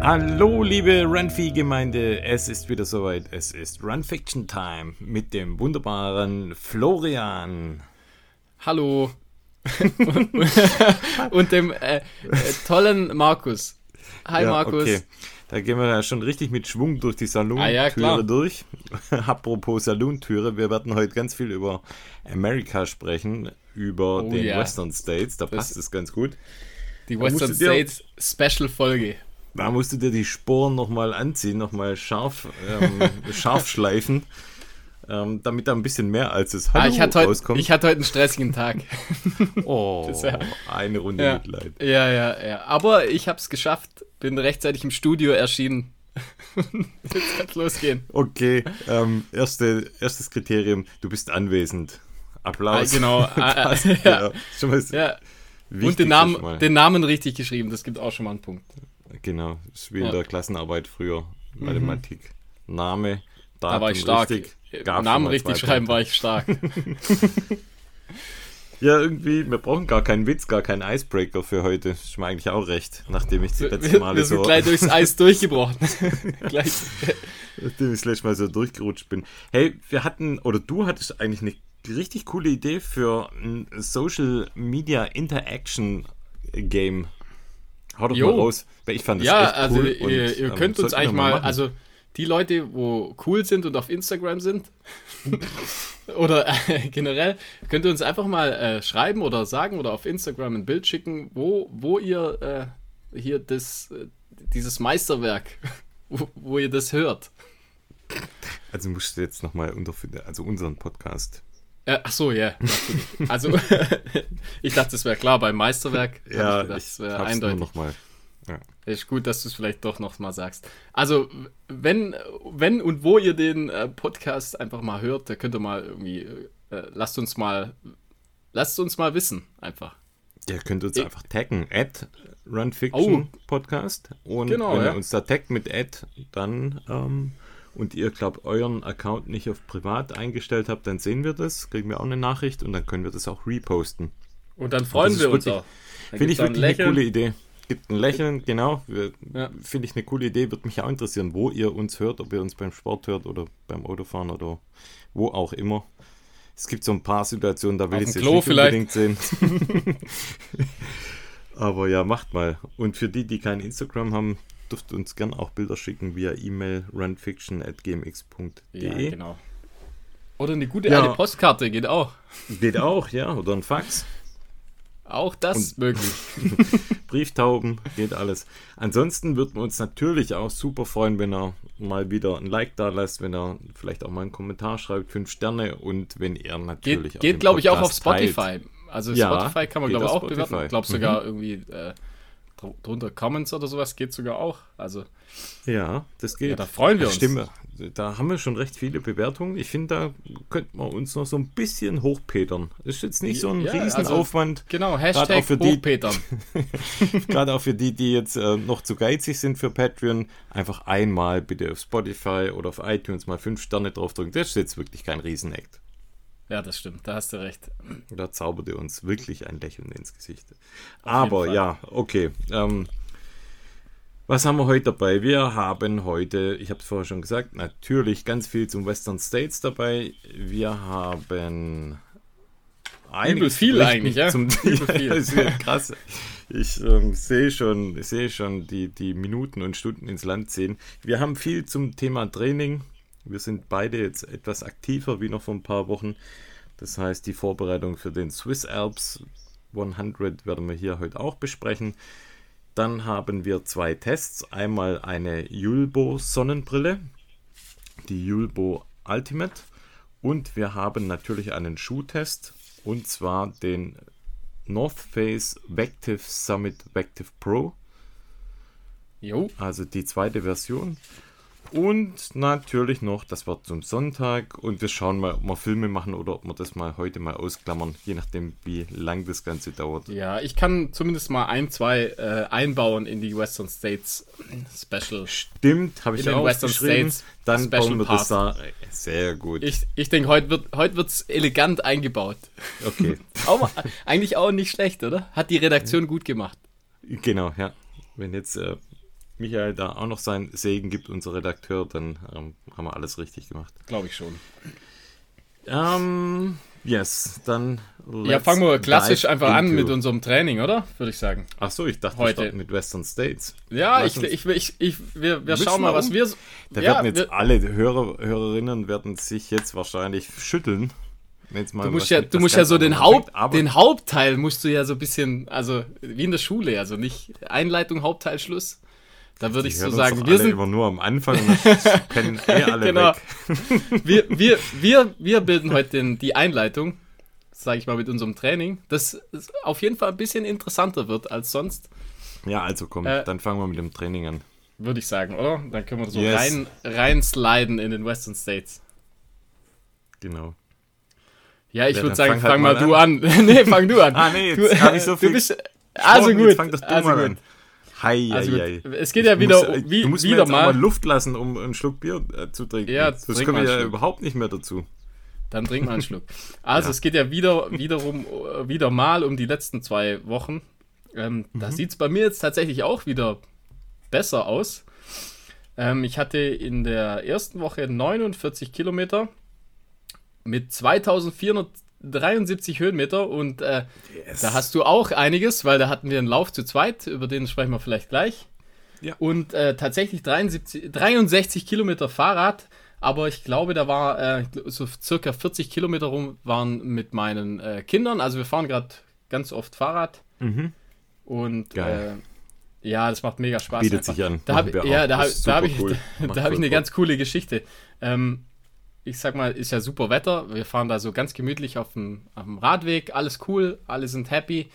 Hallo liebe Runfee-Gemeinde, es ist wieder soweit, es ist Runfiction Time mit dem wunderbaren Florian. Hallo. Und dem tollen Markus. Hi ja, Markus. Okay. Da gehen wir ja schon richtig mit Schwung durch die Salontüre durch. Apropos Salontüre, wir werden heute ganz viel über Amerika sprechen, über den Western States, da passt es ganz gut. Die Western States Special Folge. Da musst du dir die Sporen nochmal anziehen, nochmal scharf schleifen, damit da ein bisschen mehr als das Hallo rauskommt. Ich hatte heute einen stressigen Tag. Oh, eine Runde Mitleid. Ja. Aber ich habe es geschafft, bin rechtzeitig im Studio erschienen. Jetzt kann's losgehen. Okay, erstes Kriterium, du bist anwesend. Applaus. Genau. Schon mal und den Namen richtig geschrieben, das gibt auch schon mal einen Punkt. Genau, das ist wie in der Klassenarbeit früher. Mathematik. Name, Datum, da war ich stark. Namen richtig schreiben war ich stark. Ja, irgendwie, wir brauchen gar keinen Witz, gar keinen Icebreaker für heute. Das ist mir eigentlich auch recht, nachdem ich die letzte Mal wir sind gleich durchs Eis durchgebrochen. Nachdem ich das letzte Mal so durchgerutscht bin. Hey, du hattest eigentlich eine richtig coole Idee für ein Social Media Interaction Game. Hau doch mal raus. Ich fand das echt cool. Also ihr könnt uns eigentlich mal, also die Leute, wo cool sind und auf Instagram sind, oder generell, könnt ihr uns einfach mal schreiben oder sagen oder auf Instagram ein Bild schicken, wo ihr hier dieses Meisterwerk, wo ihr das hört. Also musst du jetzt nochmal unseren Podcast. Ach so, ja. Also, ich dachte, das wäre klar beim Meisterwerk. Ja, das wäre eindeutig. Noch mal. Ja. Ist gut, dass du es vielleicht doch noch mal sagst. Also, wenn und wo ihr den Podcast einfach mal hört, da könnt ihr mal irgendwie, lasst uns mal wissen, einfach. Ihr könnt uns einfach taggen, @runfiction-podcast. Und wenn ihr uns da taggt mit dann und ihr, glaubt, euren Account nicht auf privat eingestellt habt, dann sehen wir das, kriegen wir auch eine Nachricht und dann können wir das auch reposten. Und dann freuen wir uns auch. Finde ich wirklich eine coole Idee. Gibt ein Lächeln, genau. Finde ich eine coole Idee, würde mich auch interessieren, wo ihr uns hört, ob ihr uns beim Sport hört oder beim Autofahren oder wo auch immer. Es gibt so ein paar Situationen, da will ich es jetzt nicht unbedingt sehen. Aber ja, macht mal. Und für die kein Instagram haben, dürft uns gern auch Bilder schicken via E-Mail runfiction@gmx.de. Ja, genau. Oder eine gute alte Postkarte, geht auch. Geht auch, ja. Oder ein Fax. Auch das möglich. Brieftauben, geht alles. Ansonsten würden wir uns natürlich auch super freuen, wenn ihr mal wieder ein Like da lasst, wenn ihr vielleicht auch mal einen Kommentar schreibt, 5 Sterne und wenn ihr natürlich geht glaube ich, auch auf Spotify. Teilt. Also Spotify kann man, glaube ich, auch bewerten. Ich glaube sogar irgendwie drunter Comments oder sowas geht sogar auch. Also ja, das geht. Ja, da freuen wir uns. Stimmt. Da haben wir schon recht viele Bewertungen. Ich finde, da könnten wir uns noch so ein bisschen hochpetern. Das ist jetzt nicht so ein Riesenaufwand. Also, genau, Hashtag hochpetern. Gerade auch für die jetzt noch zu geizig sind für Patreon, einfach einmal bitte auf Spotify oder auf iTunes mal 5 Sterne draufdrücken. Das ist jetzt wirklich kein Riesenakt. Ja, das stimmt, da hast du recht. Da zaubert ihr uns wirklich ein Lächeln ins Gesicht. Aber ja, okay. Was haben wir heute dabei? Wir haben heute, ich habe es vorher schon gesagt, natürlich ganz viel zum Western States dabei. Wir haben übel viel eigentlich, ja? Übel viel. Das ist krass. Ich sehe schon die Minuten und Stunden ins Land ziehen. Wir haben viel zum Thema Training. Wir sind beide jetzt etwas aktiver wie noch vor ein paar Wochen. Das heißt, die Vorbereitung für den Swiss Alps 100 werden wir hier heute auch besprechen. Dann haben wir 2 Tests. Einmal eine Julbo Sonnenbrille, die Julbo Ultimate. Und wir haben natürlich einen Schuhtest. Und zwar den North Face Vective Summit Vective Pro. Jo. Also die zweite Version. Und natürlich noch, das war zum Sonntag. Und wir schauen mal, ob wir Filme machen oder ob wir das mal heute mal ausklammern. Je nachdem, wie lang das Ganze dauert. Ja, ich kann zumindest mal 1-2 einbauen in die Western States Special. Stimmt, habe ich auch Western geschrieben. States Dann Special bauen wir das Part. da. Sehr gut. Ich denke, heute wird's elegant eingebaut. Okay. Eigentlich auch nicht schlecht, oder? Hat die Redaktion gut gemacht. Genau, ja. Wenn jetzt Michael da auch noch seinen Segen gibt, unser Redakteur, dann haben wir alles richtig gemacht. Glaube ich schon. Yes, dann ja, fangen wir klassisch einfach an mit unserem Training, oder? Würde ich sagen. Ach so, ich dachte, wir starten mit Western States. Ja, wir schauen mal, was wir... Da werden jetzt alle Hörerinnen werden sich jetzt wahrscheinlich schütteln. Du musst ja so den Hauptteil musst du ja so ein bisschen, also wie in der Schule, also nicht Einleitung, Hauptteil, Schluss. Da würde ich so sagen, wir sind immer nur am Anfang und kennen alle genau. weg. Wir bilden heute die Einleitung, sage ich mal, mit unserem Training, das auf jeden Fall ein bisschen interessanter wird als sonst. Ja, also komm, dann fangen wir mit dem Training an. Würde ich sagen, oder? Dann können wir so rein sliden in den Western States. Genau. Ja, ich würde sagen, fang mal du an. Nee, fang du an. Jetzt habe ich so viel. Also gut. Jetzt fang doch du mal an. Es geht ja wieder du musst mir jetzt mal Luft lassen, um einen Schluck Bier zu trinken. Ja, das kommen wir ja überhaupt nicht mehr dazu. Dann trink mal einen Schluck. Also es geht ja wieder mal um die letzten 2 Wochen. Da sieht es bei mir jetzt tatsächlich auch wieder besser aus. Ich hatte in der ersten Woche 49 Kilometer mit 2473 Höhenmeter und da hast du auch einiges, weil da hatten wir einen Lauf zu zweit, über den sprechen wir vielleicht gleich. Ja. Und tatsächlich 63 Kilometer Fahrrad, aber ich glaube, da war so circa 40 Kilometer rum waren mit meinen Kindern, also wir fahren gerade ganz oft Fahrrad und ja, das macht mega Spaß. Bietet sich an. Da habe ich eine ganz coole Geschichte. Ich sag mal, ist ja super Wetter. Wir fahren da so ganz gemütlich auf dem Radweg. Alles cool, alle sind happy.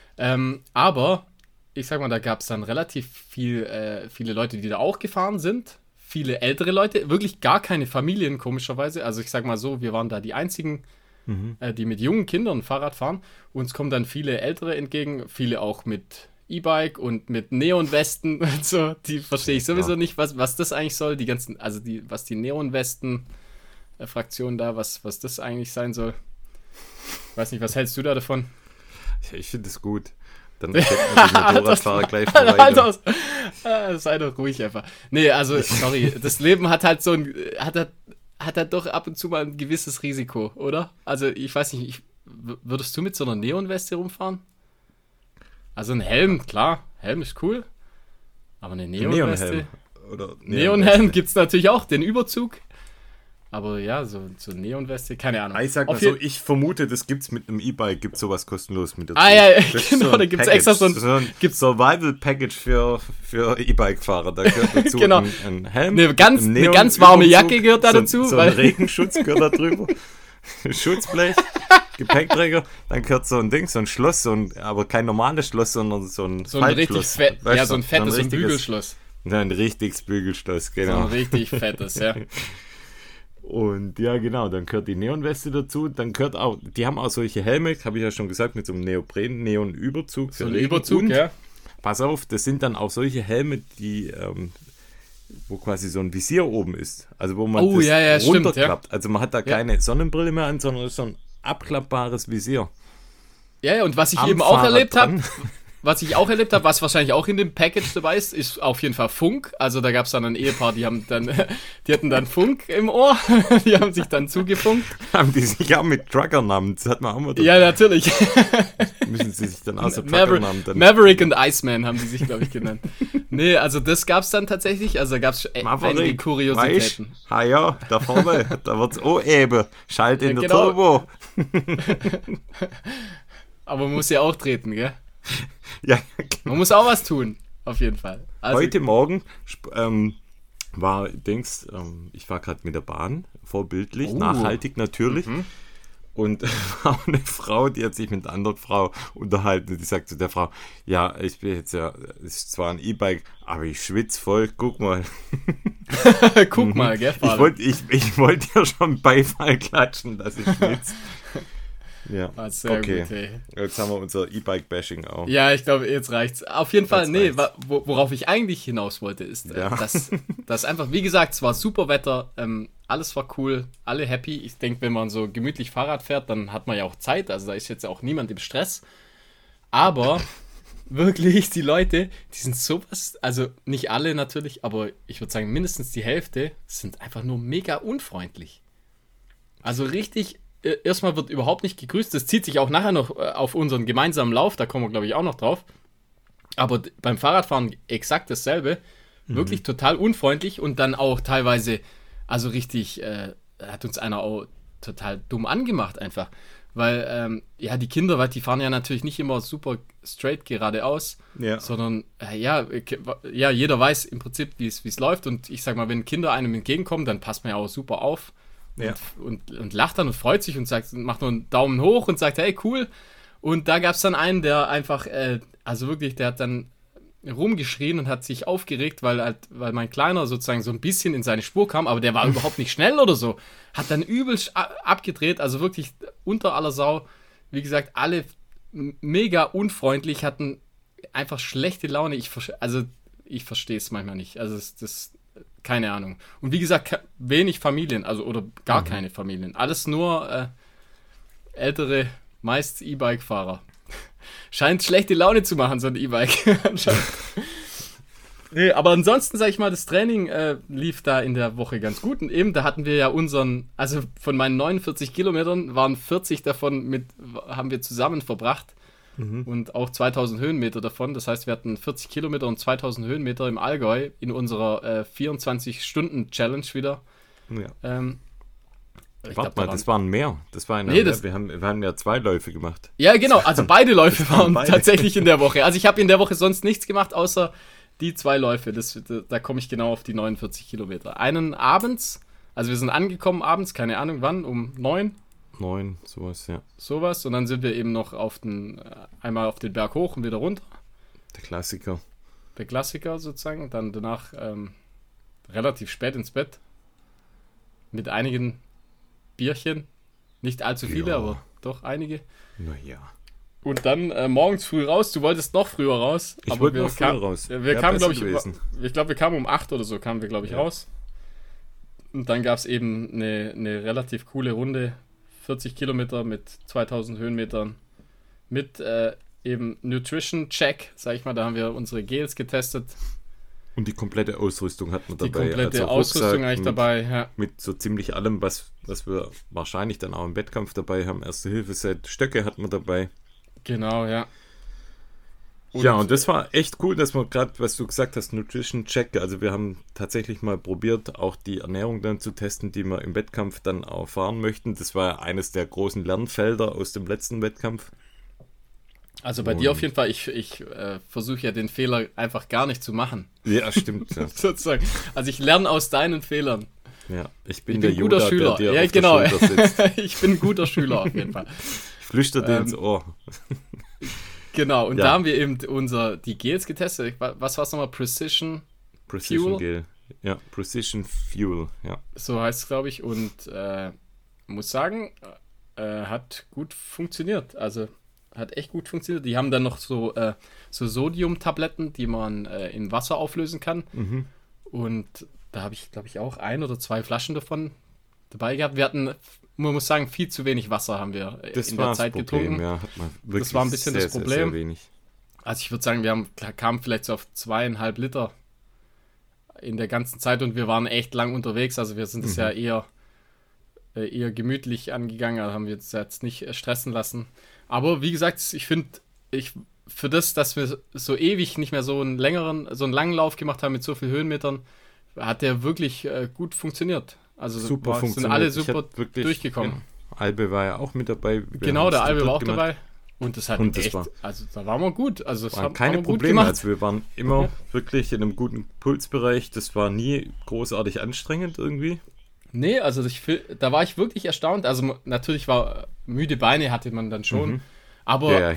Aber ich sag mal, da gab es dann relativ viele Leute, die da auch gefahren sind. Viele ältere Leute, wirklich gar keine Familien, komischerweise. Also ich sag mal so, wir waren da die einzigen, die mit jungen Kindern Fahrrad fahren. Uns kommen dann viele Ältere entgegen, viele auch mit E-Bike und mit Neonwesten und so. Die verstehe ich sowieso nicht, was das eigentlich soll. Die ganzen, also was die Neonwesten-Fraktion da, was das eigentlich sein soll. Weiß nicht, was hältst du da davon? Ich finde es gut. Dann stecken wir die Motorradfahrer gleich vorbei. Sei doch ruhig einfach. Nee, also, sorry, das Leben hat halt hat halt doch ab und zu mal ein gewisses Risiko, oder? Also, ich weiß nicht, würdest du mit so einer Neonweste rumfahren? Also ein Helm, klar, Helm ist cool, aber eine Neonweste. Neonhelm gibt es natürlich auch, den Überzug. Aber ja, so Neonweste, keine Ahnung. Ich sag mal so, ich vermute, das gibt's mit einem E-Bike, gibt sowas kostenlos mit dazu. Ja, genau, so da gibt's extra so ein Survival-Package für E-Bike-Fahrer. Da gehört dazu genau. ein Helm. Eine ganz warme Jacke gehört da dazu. So ein Regenschutz gehört da drüber. Schutzblech, Gepäckträger, dann gehört so ein Ding, so ein Schloss, aber kein normales Schloss, sondern so ein richtig so ein fettes, so ein Bügelschloss. Ein richtiges Bügelschloss, genau. So ein richtig fettes, ja. Und ja, genau, dann gehört die Neonweste dazu, dann gehört auch, die haben auch solche Helme, habe ich ja schon gesagt, mit so einem Neon-Überzug. So ein Überzug, ja. Pass auf, das sind dann auch solche Helme, die, wo quasi so ein Visier oben ist, also wo man das runterklappt. Stimmt, ja. Also man hat da keine Sonnenbrille mehr an, sondern so ein abklappbares Visier. Ja, und was ich eben auch erlebt habe, was wahrscheinlich auch in dem Package dabei ist auf jeden Fall Funk. Also da gab es dann ein Ehepaar, die hatten dann Funk im Ohr, die haben sich dann zugefunkt. Haben die sich auch mit Trucker-Namen, das hat man auch mal dabei. Ja, natürlich. Müssen sie sich dann außer Trucker-Namen dann... Maverick und Iceman haben die sich, glaube ich, genannt. Nee, also das gab es dann tatsächlich, also da gab es einige Kuriositäten. Ja, da vorne, da wird's auch eben. Schalt in der Turbo. Aber man muss ja auch treten, gell? Ja, genau. Man muss auch was tun, auf jeden Fall. Also, heute Morgen ich war gerade mit der Bahn, vorbildlich, nachhaltig natürlich. Und war eine Frau, die hat sich mit einer anderen Frau unterhalten. Und die sagt zu der Frau, ja, ich bin jetzt ja, es ist zwar ein E-Bike, aber ich schwitze voll, guck mal. Guck mal, gell, Vater? Ich wollte ja schon Beifall klatschen, dass ich schwitze. Ja, okay. Gut, ey. Jetzt haben wir unser E-Bike-Bashing auch. Ja, ich glaube, jetzt reicht's. Auf jeden Fall, worauf ich eigentlich hinaus wollte, ist, dass einfach, wie gesagt, es war super Wetter, alles war cool, alle happy. Ich denke, wenn man so gemütlich Fahrrad fährt, dann hat man ja auch Zeit, also da ist jetzt auch niemand im Stress. Aber wirklich, die Leute, die sind sowas, also nicht alle natürlich, aber ich würde sagen, mindestens die Hälfte sind einfach nur mega unfreundlich. Also richtig, erstmal wird überhaupt nicht gegrüßt, das zieht sich auch nachher noch auf unseren gemeinsamen Lauf, da kommen wir, glaube ich, auch noch drauf. Aber beim Fahrradfahren exakt dasselbe, wirklich total unfreundlich und dann auch teilweise, also richtig, hat uns einer auch total dumm angemacht einfach. Weil, die Kinder, weil die fahren ja natürlich nicht immer super straight geradeaus, sondern, jeder weiß im Prinzip, wie es läuft. Und ich sag mal, wenn Kinder einem entgegenkommen, dann passt man ja auch super auf und lacht dann und freut sich und macht nur einen Daumen hoch und sagt, hey, cool. Und da gab es dann einen, der einfach, also wirklich, der hat dann rumgeschrien und hat sich aufgeregt, weil mein Kleiner sozusagen so ein bisschen in seine Spur kam, aber der war überhaupt nicht schnell oder so. Hat dann übelst abgedreht, also wirklich unter aller Sau. Wie gesagt, alle mega unfreundlich, hatten einfach schlechte Laune. Ich verstehe es manchmal nicht. Also das keine Ahnung. Und wie gesagt, wenig Familien, also oder gar keine Familien. Alles nur ältere, meist E-Bike-Fahrer. Scheint schlechte Laune zu machen, so ein E-Bike. Nee, aber ansonsten, sag ich mal, das Training lief da in der Woche ganz gut. Und eben, da hatten wir ja also von meinen 49 Kilometern waren 40 davon haben wir zusammen verbracht. Und auch 2000 Höhenmeter davon. Das heißt, wir hatten 40 Kilometer und 2000 Höhenmeter im Allgäu in unserer 24-Stunden-Challenge wieder. Ja. Warte mal, das waren mehr. Das war wir haben ja 2 Läufe gemacht. Ja, genau. Also beide Läufe waren tatsächlich in der Woche. Also ich habe in der Woche sonst nichts gemacht, außer die 2 Läufe. Da komme ich genau auf die 49 Kilometer. Einen abends, also wir sind angekommen abends, keine Ahnung wann, um 9. 9, sowas, ja. Sowas. Und dann sind wir eben noch einmal auf den Berg hoch und wieder runter. Der Klassiker. Der Klassiker sozusagen. Dann danach relativ spät ins Bett. Mit einigen Bierchen. Nicht allzu viele, aber doch einige. Naja. Und dann morgens früh raus. Du wolltest noch früher raus. Ich wollte noch früher raus. Wir kamen, glaube ich, wir kamen um 8 oder so, raus. Und dann gab es eben eine relativ coole Runde. 40 Kilometer mit 2000 Höhenmetern. Mit eben Nutrition Check, sag ich mal. Da haben wir unsere Gels getestet. Und die komplette Ausrüstung hat man dabei. Die komplette Ausrüstung eigentlich dabei, ja. Mit so ziemlich allem, was wir wahrscheinlich dann auch im Wettkampf dabei haben. Erste-Hilfe-Set, Stöcke hat man dabei. Genau, ja. Und das war echt cool, dass man gerade, was du gesagt hast, Nutrition Check, also wir haben tatsächlich mal probiert, auch die Ernährung dann zu testen, die wir im Wettkampf dann auch fahren möchten. Das war eines der großen Lernfelder aus dem letzten Wettkampf. Also bei dir auf jeden Fall, ich versuche ja den Fehler einfach gar nicht zu machen. Ja, stimmt. Ja. Sozusagen. Also ich lerne aus deinen Fehlern. Ja, ich bin der guter Yoda, Schüler. Der dir ja, auf genau. der Schulter sitzt. Ich bin ein guter Schüler auf jeden Fall. Ich flüstere dir ins Ohr. Genau, und da haben wir eben die Gels getestet. Was war es nochmal? Precision Fuel? Gel. Ja, Precision Fuel, ja. So heißt es, glaube ich. Und muss sagen, hat gut funktioniert. Also hat echt gut funktioniert. Die haben dann noch so Sodium-Tabletten, die man in Wasser auflösen kann. Und da habe ich, glaube ich, auch 1 oder 2 Flaschen davon dabei gehabt. Wir hatten, man muss sagen, viel zu wenig Wasser haben wir in der Zeit getrunken. Ja, hat man wirklich das war ein bisschen das Problem. Sehr, sehr wenig. Also ich würde sagen, wir kamen vielleicht so auf 2,5 Liter in der ganzen Zeit und wir waren echt lang unterwegs. Also wir sind es ja eher gemütlich angegangen, also haben wir uns jetzt nicht stressen lassen. Aber wie gesagt, ich finde, für das, dass wir so ewig nicht mehr so einen langen Lauf gemacht haben mit so vielen Höhenmetern, hat der wirklich gut funktioniert. Also super funktioniert. Sind alle super durchgekommen. Ja, Albe war ja auch mit dabei. Genau, der Albe war auch dabei. Und das hat also da waren wir gut. Also das waren keine Probleme. Also wir waren immer wirklich in einem guten Pulsbereich. Das war nie großartig anstrengend irgendwie. Nee, also da war ich wirklich erstaunt. Also natürlich müde Beine hatte man dann schon. Aber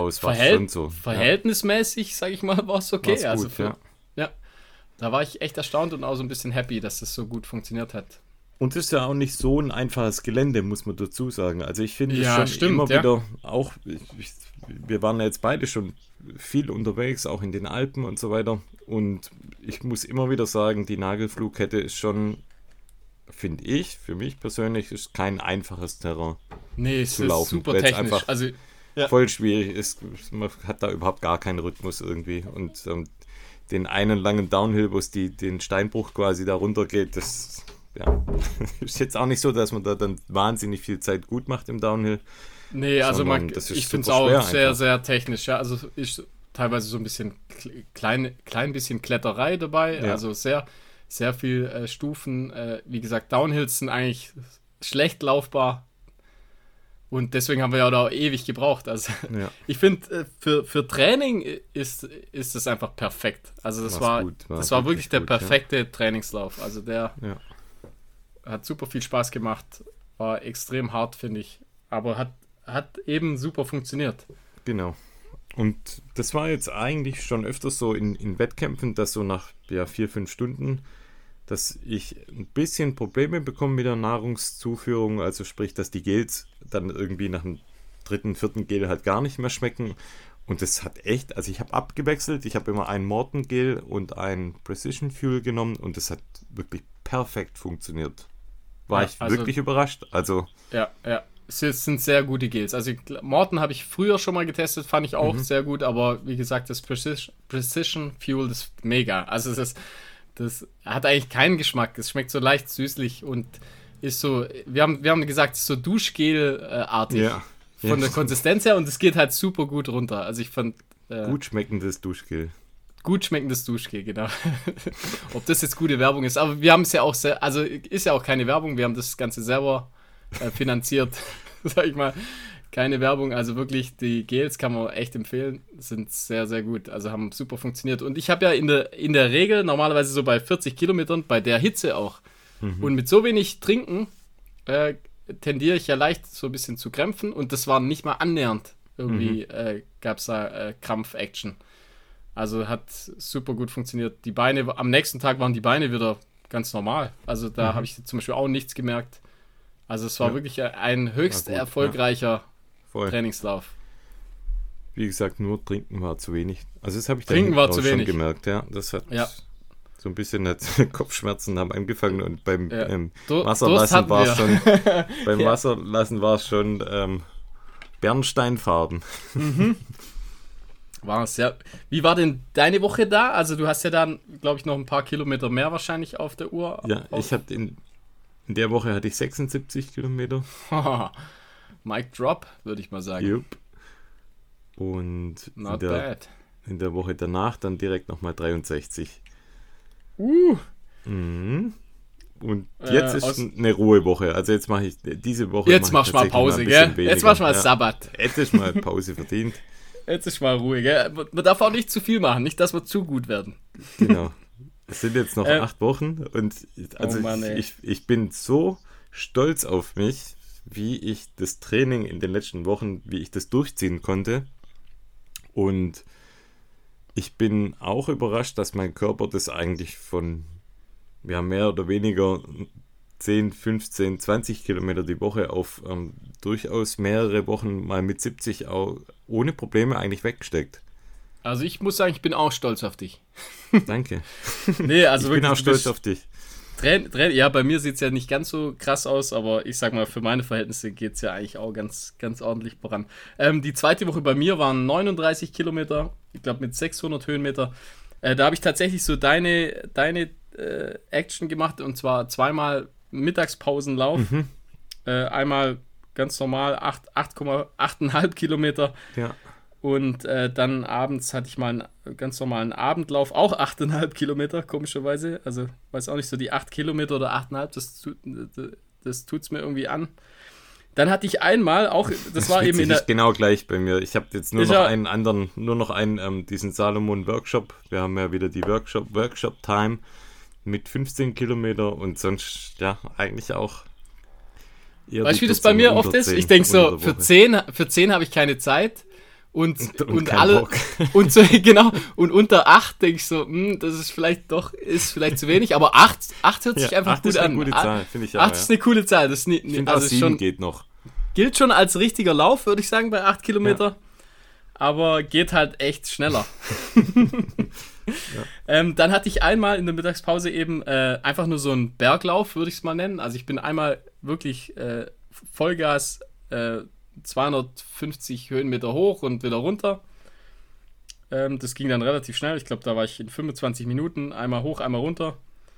verhältnismäßig, sage ich mal, war es okay. War's also gut, da war ich echt erstaunt und auch so ein bisschen happy, dass das so gut funktioniert hat. Und es ist ja auch nicht so ein einfaches Gelände, muss man dazu sagen. Also ich finde es schon immer wieder, auch wir waren ja jetzt beide schon viel unterwegs, auch in den Alpen und so weiter. Und ich muss immer wieder sagen, die Nagelflughette ist schon, finde ich, für mich persönlich, ist kein einfaches Terrain. Nee, es zu ist laufen, super technisch. Also voll schwierig. Man hat da überhaupt gar keinen Rhythmus irgendwie. Und den einen langen Downhill, wo es den Steinbruch quasi da runter geht, das ist jetzt auch nicht so, dass man da dann wahnsinnig viel Zeit gut macht im Downhill. Nee, also ich finde es auch sehr, einfach. Sehr technisch. Ja, also ist teilweise so ein bisschen klein bisschen Kletterei dabei. Ja. Also sehr, sehr viel Stufen. Wie gesagt, Downhills sind eigentlich schlecht laufbar. Und deswegen haben wir ja da ewig gebraucht. Also ich finde, für Training ist das einfach perfekt. Also das war wirklich der perfekte Trainingslauf. Also der hat super viel Spaß gemacht. War extrem hart, finde ich. Aber hat eben super funktioniert. Genau. Und das war jetzt eigentlich schon öfters so in Wettkämpfen, dass so nach 4-5 Stunden, dass ich ein bisschen Probleme bekomme mit der Nahrungszuführung, also sprich, dass die Gels dann irgendwie nach dem 3., 4. Gel halt gar nicht mehr schmecken. Und das hat echt, also ich habe abgewechselt, ich habe immer ein Morton Gel und ein Precision Fuel genommen und das hat wirklich perfekt funktioniert. War ich wirklich überrascht. Also ja. Es sind sehr gute Gels. Also Morton habe ich früher schon mal getestet, fand ich auch sehr gut, aber wie gesagt, das Precision Fuel, das ist mega. Also das hat eigentlich keinen Geschmack. Es schmeckt so leicht süßlich und ist so, wir haben gesagt, es ist so Duschgel-artig von der Konsistenz her und es geht halt super gut runter. Also ich fand... gut schmeckendes Duschgel. Gut schmeckendes Duschgel, genau. Ob das jetzt gute Werbung ist, aber wir haben es ja auch also ist ja auch keine Werbung, wir haben das Ganze selber finanziert, sag ich mal. Keine Werbung, also wirklich, die Gels kann man echt empfehlen, sind sehr, sehr gut, also haben super funktioniert. Und ich habe ja in der Regel normalerweise so bei 40 Kilometern, bei der Hitze auch. Und mit so wenig Trinken tendiere ich ja leicht so ein bisschen zu krämpfen und das war nicht mal annähernd. Irgendwie gab es da Krampf-Action. Also hat super gut funktioniert. Die Beine, am nächsten Tag waren die Beine wieder ganz normal. Also da habe ich zum Beispiel auch nichts gemerkt. Also es war wirklich ein höchst erfolgreicher Trainingslauf. Wie gesagt, nur Trinken war zu wenig. Also das habe ich Trinken war zu schon wenig. Gemerkt. Ja, das hat so ein bisschen Kopfschmerzen haben angefangen und beim Wasserlassen war es schon Wasserlassen war es schon Bernsteinfarben. War es ja. Wie war denn deine Woche da? Also du hast ja dann, glaube ich, noch ein paar Kilometer mehr wahrscheinlich auf der Uhr. Ja, ich hatte in der Woche hatte ich 76 Kilometer. Mic Drop, würde ich mal sagen. Jupp. Und in der Woche danach dann direkt nochmal 63. Und jetzt ist eine Ruhewoche. Also jetzt mache ich diese Woche. Jetzt machst du mal Pause, gell? Jetzt machst du mal Sabbat. Jetzt ist mal Pause verdient. Jetzt ist mal Ruhe, gell? Man darf auch nicht zu viel machen, nicht, dass wir zu gut werden. Genau. Es sind jetzt noch 8 Wochen und also ich bin so stolz auf mich, wie ich das Training in den letzten Wochen, wie ich das durchziehen konnte. Und ich bin auch überrascht, dass mein Körper das eigentlich von mehr oder weniger 10, 15, 20 Kilometer die Woche auf durchaus mehrere Wochen mal mit 70 auch ohne Probleme eigentlich weggesteckt. Also ich muss sagen, ich bin auch stolz auf dich. Danke. Nee, also ich bin auch stolz auf dich. Ja, bei mir sieht es ja nicht ganz so krass aus, aber ich sag mal, für meine Verhältnisse geht es ja eigentlich auch ganz, ganz ordentlich voran. Die zweite Woche bei mir waren 39 Kilometer, ich glaube mit 600 Höhenmeter. Da habe ich tatsächlich so deine Action gemacht und zwar zweimal Mittagspausenlauf. Einmal ganz normal 8,5 Kilometer. Ja. Und dann abends hatte ich mal einen ganz normalen Abendlauf, auch 8,5 Kilometer, komischerweise. Also, weiß auch nicht, so die 8 Kilometer oder 8,5, das tut's mir irgendwie an. Dann hatte ich einmal auch, das war eben in der... genau gleich bei mir. Ich habe jetzt nur noch einen, diesen Salomon Workshop. Wir haben ja wieder die Workshop-Time mit 15 Kilometer und sonst, ja, eigentlich auch... Weißt du, wie das bei mir oft ist? Ich denke so, für 10 habe ich keine Zeit. Und alle und so, genau, und unter 8 denke ich so, das ist vielleicht zu wenig, aber 8 hört sich einfach gut an. 8 ist eine gute Zahl, finde ich auch. 8 ist eine coole Zahl. Das ist also 7 geht noch. Gilt schon als richtiger Lauf, würde ich sagen, bei 8 Kilometer. Aber geht halt echt schneller. Dann hatte ich einmal in der Mittagspause eben einfach nur so einen Berglauf, würde ich es mal nennen. Also ich bin einmal wirklich Vollgas 250 Höhenmeter hoch und wieder runter. Das ging dann relativ schnell. Ich glaube, da war ich in 25 Minuten einmal hoch, einmal runter.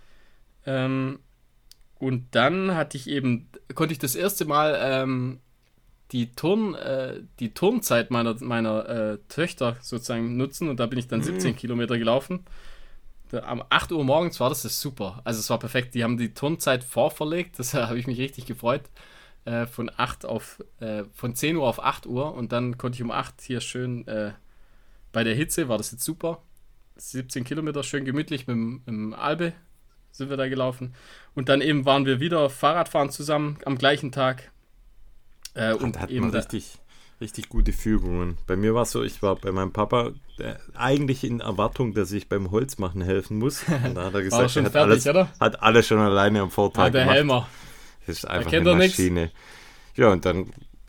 Und dann konnte ich das erste Mal die Turnzeit meiner Töchter sozusagen nutzen. Und da bin ich dann 17 Kilometer gelaufen. Am 8 Uhr morgens war das super. Also es war perfekt. Die haben die Turnzeit vorverlegt. Das habe ich mich richtig gefreut. Von 10 Uhr auf 8 Uhr. Und dann konnte ich um 8 hier schön bei der Hitze, war das jetzt super. 17 Kilometer, schön gemütlich mit dem Albe sind wir da gelaufen. Und dann eben waren wir wieder Fahrradfahren zusammen am gleichen Tag. Und hat man richtig gute Fügungen. Bei mir war es so, ich war bei meinem Papa eigentlich in Erwartung, dass ich beim Holzmachen helfen muss. Und da hat er gesagt, er hat alles schon alleine am Vortag der gemacht. Helmer. Das ist einfach eine Maschine. Nix. Ja, und dann,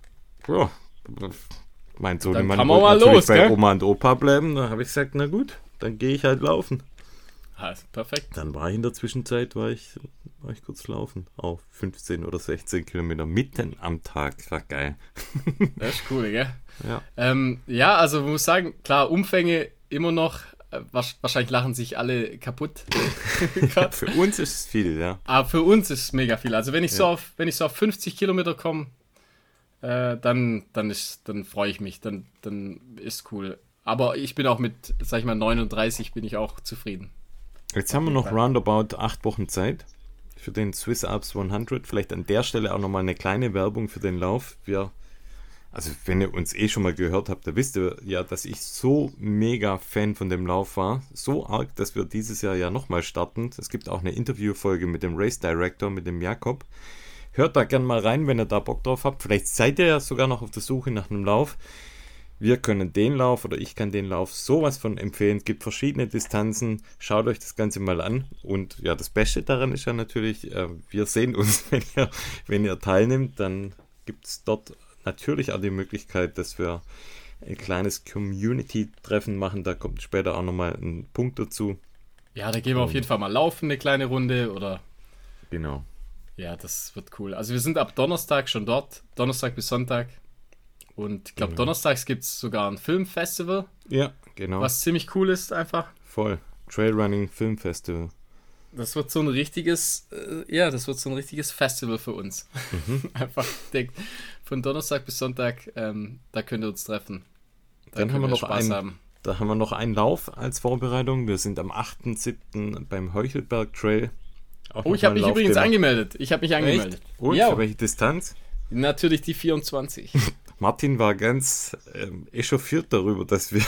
mein Sohnemann wollte natürlich bei Oma und Opa bleiben. Da habe ich gesagt, na gut, dann gehe ich halt laufen. Also, perfekt. Dann war ich in der Zwischenzeit, war ich kurz laufen. Auf 15 oder 16 Kilometer mitten am Tag. Das war geil. Das ist cool, gell? Ja. Also man muss sagen, klar, Umfänge immer noch, wahrscheinlich lachen sich alle kaputt. Für uns ist es viel, ja. Aber für uns ist es mega viel. Also wenn ich so auf 50 Kilometer komme, dann freue ich mich, dann ist cool. Aber ich bin auch mit, sag ich mal, 39 bin ich auch zufrieden. Jetzt haben wir noch roundabout 8 Wochen Zeit für den Swiss Alps 100. Vielleicht an der Stelle auch nochmal eine kleine Werbung für den Lauf. Also wenn ihr uns schon mal gehört habt, da wisst ihr ja, dass ich so mega Fan von dem Lauf war. So arg, dass wir dieses Jahr ja nochmal starten. Es gibt auch eine Interviewfolge mit dem Race Director, mit dem Jakob. Hört da gerne mal rein, wenn ihr da Bock drauf habt. Vielleicht seid ihr ja sogar noch auf der Suche nach einem Lauf. Wir können den Lauf oder ich kann den Lauf sowas von empfehlen. Es gibt verschiedene Distanzen. Schaut euch das Ganze mal an. Und ja, das Beste daran ist ja natürlich, wir sehen uns, wenn ihr teilnimmt. Dann gibt es dort natürlich auch die Möglichkeit, dass wir ein kleines Community-Treffen machen. Da kommt später auch nochmal ein Punkt dazu. Ja, da gehen wir auf jeden Fall mal laufen, eine kleine Runde oder... Genau. Ja, das wird cool. Also wir sind ab Donnerstag schon dort. Donnerstag bis Sonntag. Und ich glaube, donnerstags gibt es sogar ein Filmfestival. Ja, genau. Was ziemlich cool ist einfach. Voll. Trailrunning Filmfestival. Das wird so ein richtiges, Festival für uns. Einfach von Donnerstag bis Sonntag, da könnt ihr uns treffen. Dann haben wir noch einen Lauf als Vorbereitung. Wir sind am 8.7. beim Heuchelberg Trail. Ich habe mich übrigens angemeldet. Ich habe mich angemeldet. Und für welche Distanz? Natürlich die 24. Martin war ganz echauffiert darüber, dass wir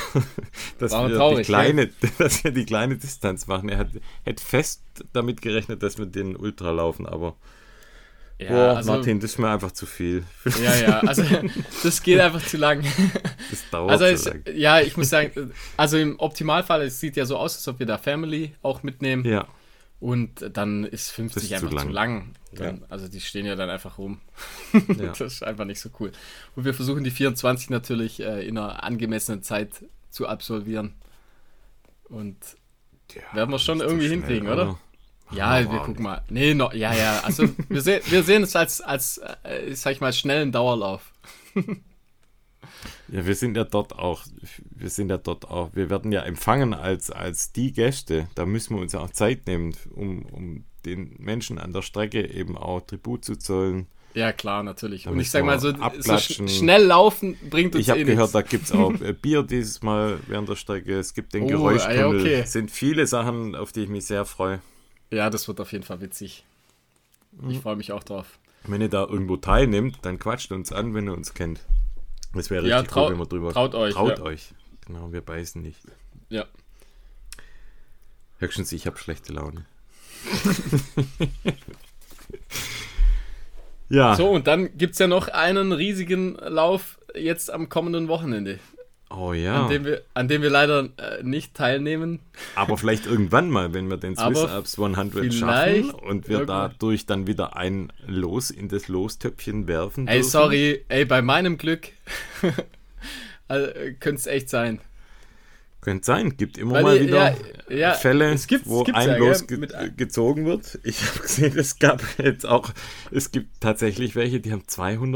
die kleine Distanz machen. Er hätte fest damit gerechnet, dass wir den Ultra laufen, aber Martin, das ist mir einfach zu viel. Ja, also das geht einfach zu lang. Das dauert zu lang. Ja, ich muss sagen, also im Optimalfall, es sieht ja so aus, als ob wir da Family auch mitnehmen. Ja. Und dann ist 50 einfach zu lang. Also die stehen ja dann einfach rum. Ja. Das ist einfach nicht so cool. Und wir versuchen die 24 natürlich in einer angemessenen Zeit zu absolvieren. Und werden wir schon irgendwie hinkriegen, oder? Ja, wir gucken mal. Nee, also wir sehen es als sag ich mal, schnellen Dauerlauf. Ja, wir sind ja dort auch. Wir werden ja empfangen als die Gäste. Da müssen wir uns ja auch Zeit nehmen, um den Menschen an der Strecke eben auch Tribut zu zollen. Ja, klar, natürlich. Und ich sag mal so schnell laufen bringt uns Ich habe gehört, da gibt es auch Bier dieses Mal während der Strecke. Es gibt den Geräuschtunnel. Okay. Es sind viele Sachen, auf die ich mich sehr freue. Ja, das wird auf jeden Fall witzig. Ich freue mich auch drauf. Wenn ihr da irgendwo teilnimmt, dann quatscht uns an, wenn ihr uns kennt. Das wäre richtig cool, wenn wir drüber... Traut euch. Genau, wir beißen nicht. Ja. Höchstens, ich habe schlechte Laune. Ja. So, und dann gibt es ja noch einen riesigen Lauf jetzt am kommenden Wochenende. Oh ja. An dem wir leider nicht teilnehmen. Aber vielleicht irgendwann mal, wenn wir den Swiss Alps 100 schaffen und wir dadurch dann wieder ein Los in das Lostöpfchen werfen dürfen. Sorry, bei meinem Glück also, könnte es echt sein. Könnte sein, gibt immer mal wieder Fälle, wo ein Los gezogen wird. Ich habe gesehen, es gibt tatsächlich welche, die haben 200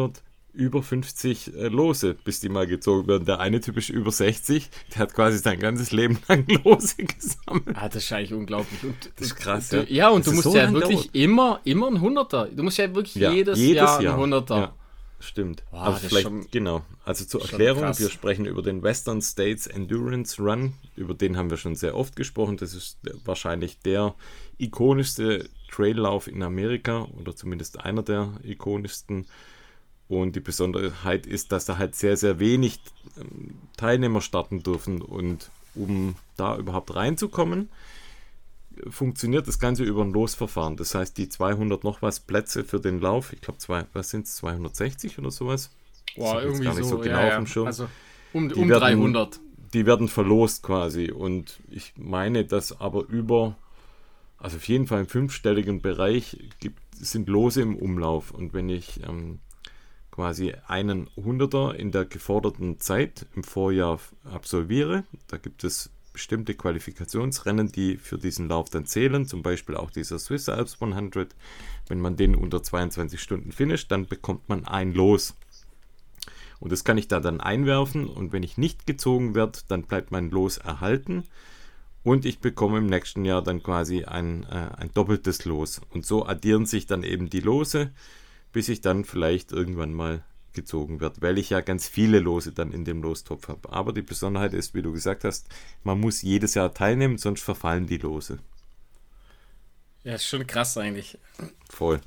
über 50 Lose, bis die mal gezogen werden. Der eine Typ ist über 60, der hat quasi sein ganzes Leben lang Lose gesammelt. Ah, das ist eigentlich unglaublich. Und das ist krass, ja. Ja, und du musst so ja wirklich immer ein Hunderter. Du musst ja wirklich jedes Jahr ein Hunderter. Ja, stimmt. Wow, also vielleicht, genau. Also zur Erklärung, wir sprechen über den Western States Endurance Run. Über den haben wir schon sehr oft gesprochen. Das ist wahrscheinlich der ikonischste Traillauf in Amerika oder zumindest einer der ikonischsten. Und die Besonderheit ist, dass da halt sehr, sehr wenig Teilnehmer starten dürfen. Und um da überhaupt reinzukommen, funktioniert das Ganze über ein Losverfahren. Das heißt, die 200 noch was Plätze für den Lauf, ich glaube, was sind es, 260 oder sowas? Boah, irgendwie gar nicht so genau auf dem Schirm. Also um 300. Die werden verlost quasi. Und ich meine, dass aber also auf jeden Fall im 5-stelligen Bereich sind Lose im Umlauf. Und wenn ich quasi einen 100er in der geforderten Zeit im Vorjahr absolviere, da gibt es bestimmte Qualifikationsrennen, die für diesen Lauf dann zählen, zum Beispiel auch dieser Swiss Alps 100. Wenn man den unter 22 Stunden finisht, dann bekommt man ein Los. Und das kann ich da dann einwerfen und wenn ich nicht gezogen werde, dann bleibt mein Los erhalten und ich bekomme im nächsten Jahr dann quasi ein doppeltes Los. Und so addieren sich dann eben die Lose, bis ich dann vielleicht irgendwann mal gezogen wird, weil ich ja ganz viele Lose dann in dem Lostopf habe. Aber die Besonderheit ist, wie du gesagt hast, man muss jedes Jahr teilnehmen, sonst verfallen die Lose. Ja, ist schon krass eigentlich. Voll.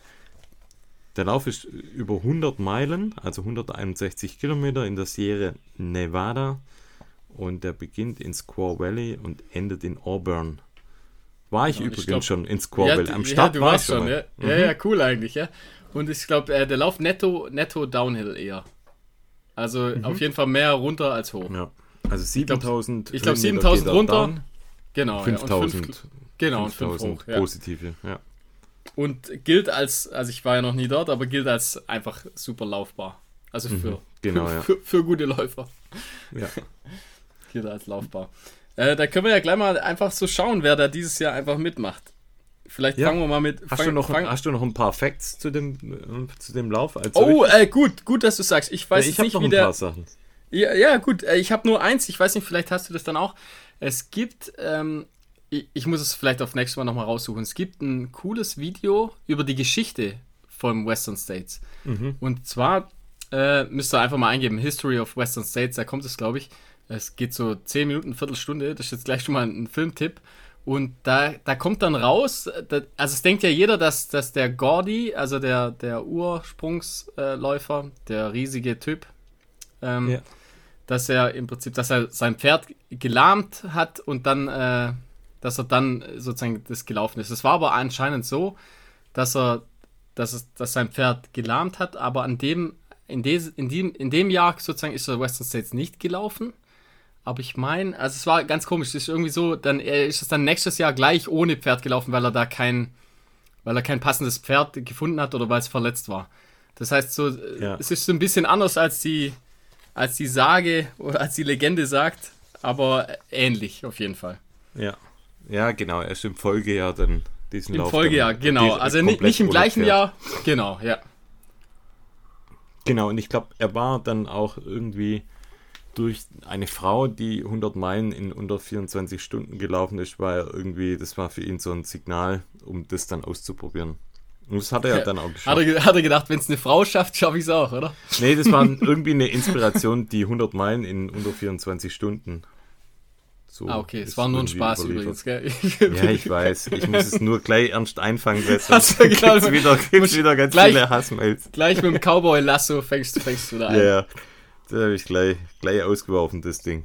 Der Lauf ist über 100 Meilen, also 161 Kilometer in der Sierra Nevada und der beginnt in Squaw Valley und endet in Auburn. War ich übrigens schon in Squaw Valley. Am Start du war warst schon, ja. Mhm. Ja, cool eigentlich, ja. Und ich glaube, der Lauf netto Downhill eher. Also auf jeden Fall mehr runter als hoch. Ja. Also 7000. Ich glaube 7000 runter. Down, genau. 5000. Genau, und 5000 hoch, positive, ja. Und gilt als, also ich war ja noch nie dort, aber gilt als einfach super laufbar. Also für gute Läufer. Ja. Gilt als laufbar. Da können wir ja gleich mal einfach so schauen, wer da dieses Jahr einfach mitmacht. Vielleicht fangen wir mal mit... Hast du noch ein paar Facts zu dem Lauf? Gut, dass du sagst. Ich weiß ich nicht, wie der... Ich habe noch ein paar Sachen. Ja, gut. Ich habe nur eins. Ich weiß nicht, vielleicht hast du das dann auch. Es gibt... ich muss es vielleicht auf nächstes Mal nochmal raussuchen. Es gibt ein cooles Video über die Geschichte vom Western States. Mhm. Und zwar müsst ihr einfach mal eingeben, History of Western States, da kommt es, glaube ich. Es geht so 10 Minuten, Viertelstunde. Das ist jetzt gleich schon mal ein Filmtipp. Und da kommt dann raus, also es denkt ja jeder, dass der Gordy, also der Ursprungsläufer, der riesige Typ, dass er im Prinzip, dass er sein Pferd gelahmt hat und dann, dass er dann sozusagen das gelaufen ist. Es war aber anscheinend so, dass sein Pferd gelahmt hat, aber in dem Jahr sozusagen ist der Western States nicht gelaufen. Aber ich meine, also es war ganz komisch, es ist irgendwie so, dann ist es dann nächstes Jahr gleich ohne Pferd gelaufen, weil er kein passendes Pferd gefunden hat oder weil es verletzt war. Das heißt so, es ist so ein bisschen anders als die Sage oder als die Legende sagt, aber ähnlich auf jeden Fall. Ja, genau, erst im Folgejahr dann diesen Lauf. Im Folgejahr, genau, also nicht im gleichen Jahr, genau, ja. Genau, und ich glaube, er war dann auch irgendwie durch eine Frau, die 100 Meilen in unter 24 Stunden gelaufen ist, das war für ihn so ein Signal, um das dann auszuprobieren. Und das hat er ja dann auch geschafft. Hat er gedacht, wenn es eine Frau schafft, schaffe ich es auch, oder? Nee, das war irgendwie eine Inspiration, die 100 Meilen in unter 24 Stunden. So okay, es war nur ein Spaß übrigens, gell? Ja, ich weiß. Ich muss es nur gleich ernst einfangen, weil sonst gibt's wieder ganz viele Hassmails. Gleich mit dem Cowboy-Lasso fängst du wieder an. Ja. Das habe ich gleich ausgeworfen, das Ding.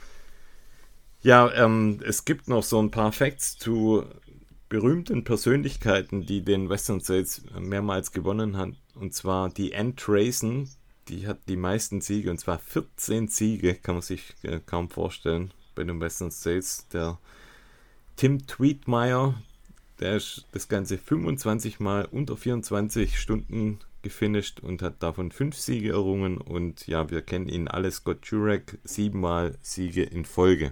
Ja, es gibt noch so ein paar Facts zu berühmten Persönlichkeiten, die den Western States mehrmals gewonnen haben. Und zwar die Ann Trayson, die hat die meisten Siege, und zwar 14 Siege, kann man sich kaum vorstellen, bei den Western States. Der Tim Tweedmeyer, der ist das Ganze 25 Mal unter 24 Stunden gefinisht und hat davon 5 Siege errungen. Und ja, wir kennen ihn alle, Scott Jurek, 7 Mal Siege in Folge.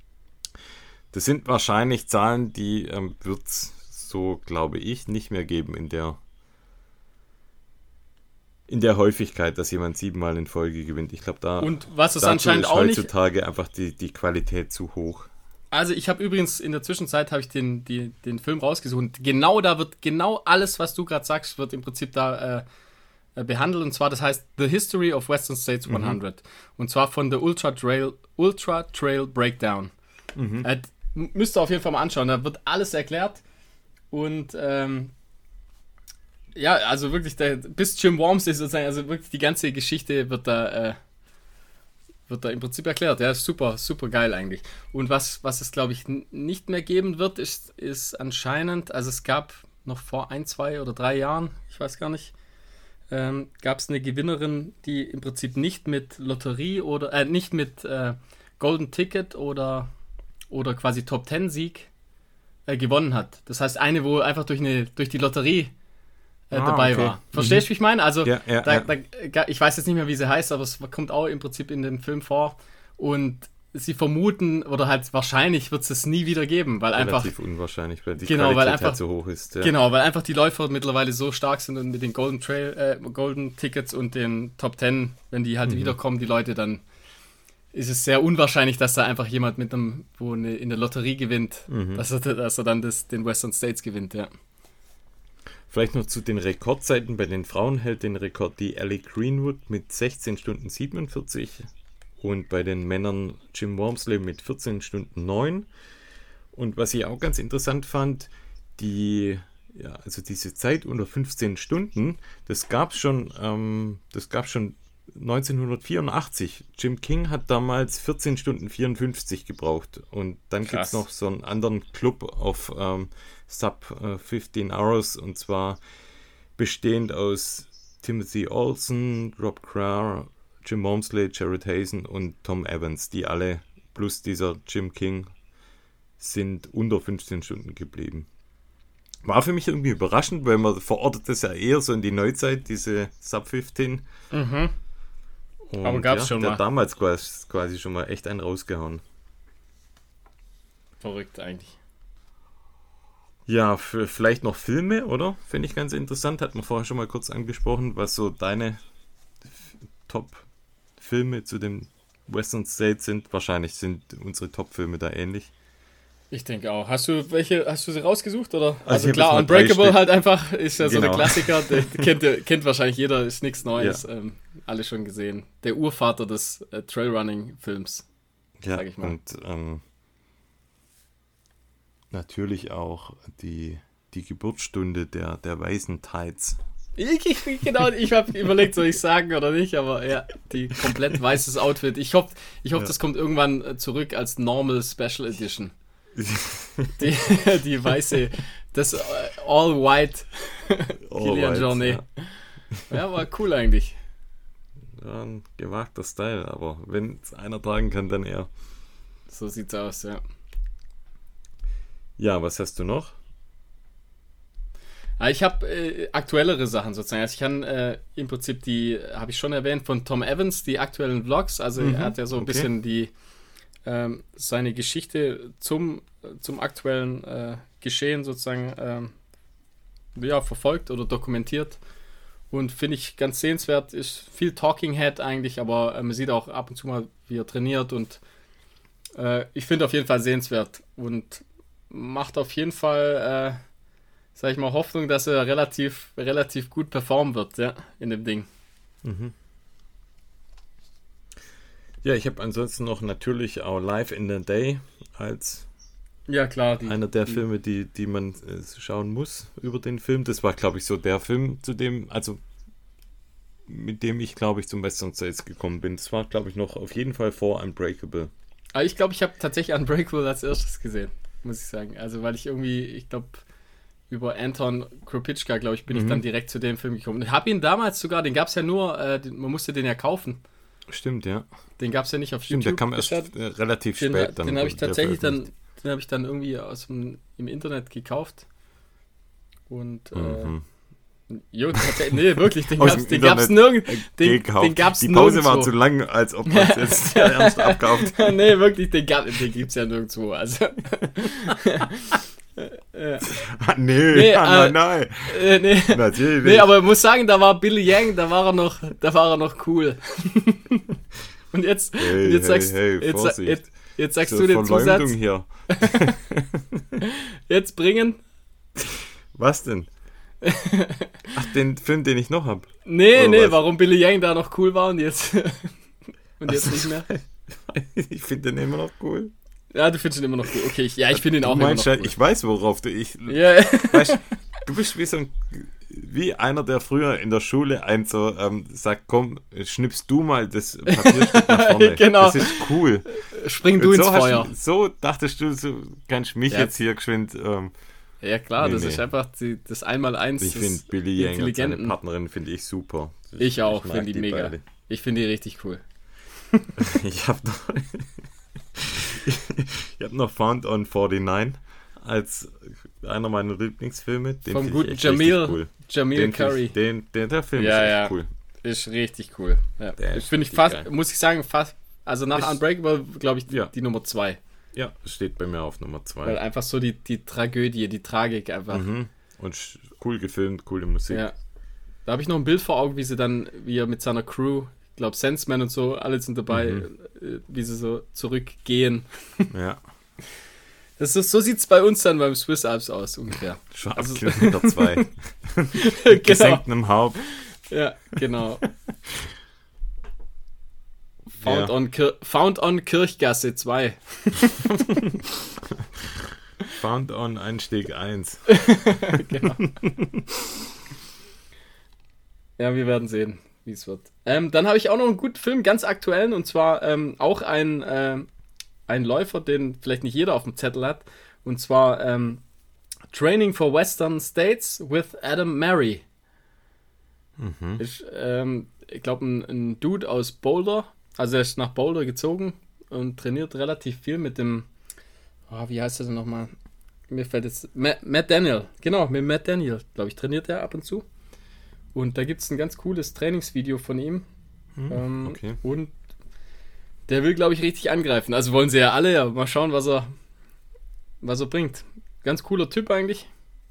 Das sind wahrscheinlich Zahlen, die wird es so, glaube ich, nicht mehr geben in in der Häufigkeit, dass jemand 7-mal in Folge gewinnt. Ich glaube, und was es anscheinend ist auch heutzutage einfach die Qualität zu hoch. Also ich habe übrigens in der Zwischenzeit den Film rausgesucht. Genau da wird genau alles, was du gerade sagst, wird im Prinzip da behandelt. Und zwar, das heißt The History of Western States 100. Und zwar von der Ultra Trail Breakdown. Müsst ihr auf jeden Fall mal anschauen. Da wird alles erklärt. Und ja, also wirklich, bis Jim Worms ist sozusagen, also wirklich die ganze Geschichte wird da im Prinzip erklärt. Ja, super, super geil eigentlich. Und was es, glaube ich, nicht mehr geben wird, ist anscheinend, also es gab noch vor 1, 2 oder 3 Jahren, ich weiß gar nicht, gab es eine Gewinnerin, die im Prinzip nicht mit Lotterie oder, nicht mit Golden Ticket oder quasi Top 10 Sieg gewonnen hat. Das heißt, eine, wo einfach durch die Lotterie dabei war. Verstehst du, wie ich meine? Also, ich weiß jetzt nicht mehr, wie sie heißt, aber es kommt auch im Prinzip in dem Film vor. Und sie vermuten, oder halt wahrscheinlich wird es nie wieder geben, weil relativ einfach... unwahrscheinlich, weil die Qualität halt so hoch ist. Ja. Genau, weil einfach die Läufer mittlerweile so stark sind und mit den Golden Tickets und den Top 10, wenn die halt wiederkommen, die Leute, dann ist es sehr unwahrscheinlich, dass da einfach jemand mit einem, in der Lotterie gewinnt, dass er dann den Western States gewinnt, ja. Vielleicht noch zu den Rekordzeiten. Bei den Frauen hält den Rekord die Ellie Greenwood mit 16 Stunden 47 und bei den Männern Jim Wormsley mit 14 Stunden 9. Und was ich auch ganz interessant fand, also diese Zeit unter 15 Stunden, das gab es schon 1984. Jim King hat damals 14 Stunden 54 gebraucht. Und dann gibt es noch so einen anderen Club auf Sub 15 Hours, und zwar bestehend aus Timothy Olsen, Rob Crowder, Jim Wormsley, Jared Hazen und Tom Evans, die alle plus dieser Jim King sind unter 15 Stunden geblieben. War für mich irgendwie überraschend, weil man verortet das ja eher so in die Neuzeit, diese Sub 15. Und aber gab es schon der mal. Hat damals quasi schon mal echt einen rausgehauen. Verrückt eigentlich. Ja, vielleicht noch Filme, oder? Finde ich ganz interessant. Hat man vorher schon mal kurz angesprochen, was so deine Top-Filme zu dem Western States sind. Wahrscheinlich sind unsere Top-Filme da ähnlich. Ich denke auch. Hast du sie rausgesucht, oder? Also klar, Unbreakable halt einfach, ist ja so der Klassiker, den kennt wahrscheinlich jeder, ist nichts Neues, ja. Alle schon gesehen. Der Urvater des Trailrunning-Films, sag ich mal. Und natürlich auch die Geburtsstunde der weißen Tides. Ich habe überlegt, soll ich sagen oder nicht, aber ja, die komplett weißes Outfit. Ich hoffe, das kommt irgendwann zurück als Normal Special Edition. Die weiße, das All White Kilian Jornet. Ja, war cool eigentlich. Ja, ein gewagter Style, aber wenn es einer tragen kann, dann er. So sieht's aus, ja. Ja, was hast du noch? Ich habe aktuellere Sachen sozusagen. Also ich kann im Prinzip habe ich schon erwähnt, von Tom Evans, die aktuellen Vlogs. Also er hat ja so ein bisschen seine Geschichte zum aktuellen Geschehen sozusagen verfolgt oder dokumentiert. Und finde ich ganz sehenswert. Ist viel Talking Head eigentlich, aber man sieht auch ab und zu mal, wie er trainiert. Und ich finde auf jeden Fall sehenswert. Und macht auf jeden Fall, sag ich mal, Hoffnung, dass er relativ gut performen wird, ja, in dem Ding. Mhm. Ja, ich habe ansonsten noch natürlich auch Live in the Day als einer der Filme, die man schauen muss über den Film. Das war, glaube ich, so der Film, mit dem ich, glaube ich, zum Western States gekommen bin. Das war, glaube ich, noch auf jeden Fall vor Unbreakable. Aber ich glaube, ich habe tatsächlich Unbreakable als erstes gesehen, muss ich sagen. Also, weil ich glaube, über Anton Kropitschka, glaube ich, bin ich dann direkt zu dem Film gekommen. Ich habe ihn damals sogar, den gab es ja nur, man musste den ja kaufen. Stimmt, ja. Den gab es ja nicht auf YouTube. Der kam erst relativ spät dann. Den habe ich tatsächlich dann irgendwie im Internet gekauft. Und nee, wirklich, den gab's nirgendwo. Den gab's Die Pause war zu lang, als ob man es jetzt ernst abkauft. Nee, wirklich, den gibt's ja nirgendwo. Also. Nee, nein. Nee. Natürlich. Nee, aber ich muss sagen, da war Billy Yang, da war er noch cool. Und jetzt sagst du den Zusatz. Hier. Jetzt bringen. Was denn? Ach, den Film, den ich noch hab. Nee, warum Billy Yang da noch cool war und jetzt nicht mehr. Ich finde den immer noch cool. Ja, du findest ihn immer noch cool. Okay, ich finde ihn auch immer noch cool. Ich weiß, worauf du... Yeah. Weißt, du bist wie einer, der früher in der Schule sagt, komm, schnippst du mal das Papierstück nach vorne. Genau. Das ist cool. Spring du ins Feuer. So dachtest du, so kannst mich jetzt hier geschwind... ja klar, das ist einfach das Einmaleins. Ich finde Billy Yang und seine Partnerin finde ich super. Ich auch, finde die mega. Beide. Ich finde die richtig cool. Ich habe noch Found on 49 als einer meiner Lieblingsfilme. Den vom guten Jamil Curry. Der Film ist echt cool. Ist richtig cool. Ja. Finde ich fast, geil. Muss ich sagen, also nach Unbreakable, glaube ich, die Nummer 2. Ja, steht bei mir auf Nummer 2. Weil einfach so die Tragödie, die Tragik einfach. Und cool gefilmt, coole Musik. Ja. Da habe ich noch ein Bild vor Augen, wie er mit seiner Crew, ich glaube Senseman und so, alle sind dabei, wie sie so zurückgehen. Ja. So sieht es bei uns dann beim Swiss Alps aus, ungefähr. Also, Kilometer 2. Mit gesenktem Haupt. Ja, genau. Found on Kirchgasse 2. Found on Einstieg 1. Genau. Ja, wir werden sehen, wie es wird. Dann habe ich auch noch einen guten Film, ganz aktuellen, und zwar auch ein Läufer, den vielleicht nicht jeder auf dem Zettel hat, und zwar Training for Western States with Adam Mary. Ich glaube, ein Dude aus Boulder. Also er ist nach Boulder gezogen und trainiert relativ viel mit dem, wie heißt er denn nochmal? Mir fällt jetzt, Matt Daniel. Genau, mit Matt Daniel, glaube ich, trainiert er ab und zu. Und da gibt es ein ganz cooles Trainingsvideo von ihm. Okay. Und der will, glaube ich, richtig angreifen. Also wollen sie ja alle, ja, mal schauen, was er bringt. Ganz cooler Typ eigentlich.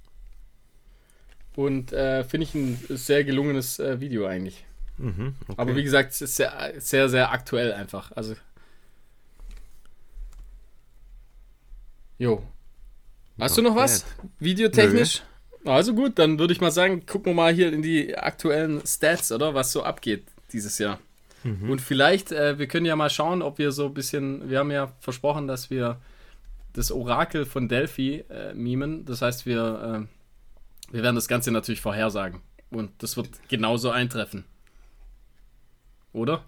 Und finde ich ein sehr gelungenes Video eigentlich. Okay. Aber wie gesagt, es ist sehr, sehr, sehr aktuell einfach. Also. Jo. Hast du noch was? Videotechnisch? Nö. Also gut, dann würde ich mal sagen, gucken wir mal hier in die aktuellen Stats, oder? Was so abgeht dieses Jahr. Und vielleicht, wir können ja mal schauen, ob wir so ein bisschen, wir haben ja versprochen, dass wir das Orakel von Delphi mimen. Das heißt, wir werden das Ganze natürlich vorhersagen. Und das wird genauso eintreffen. Oder?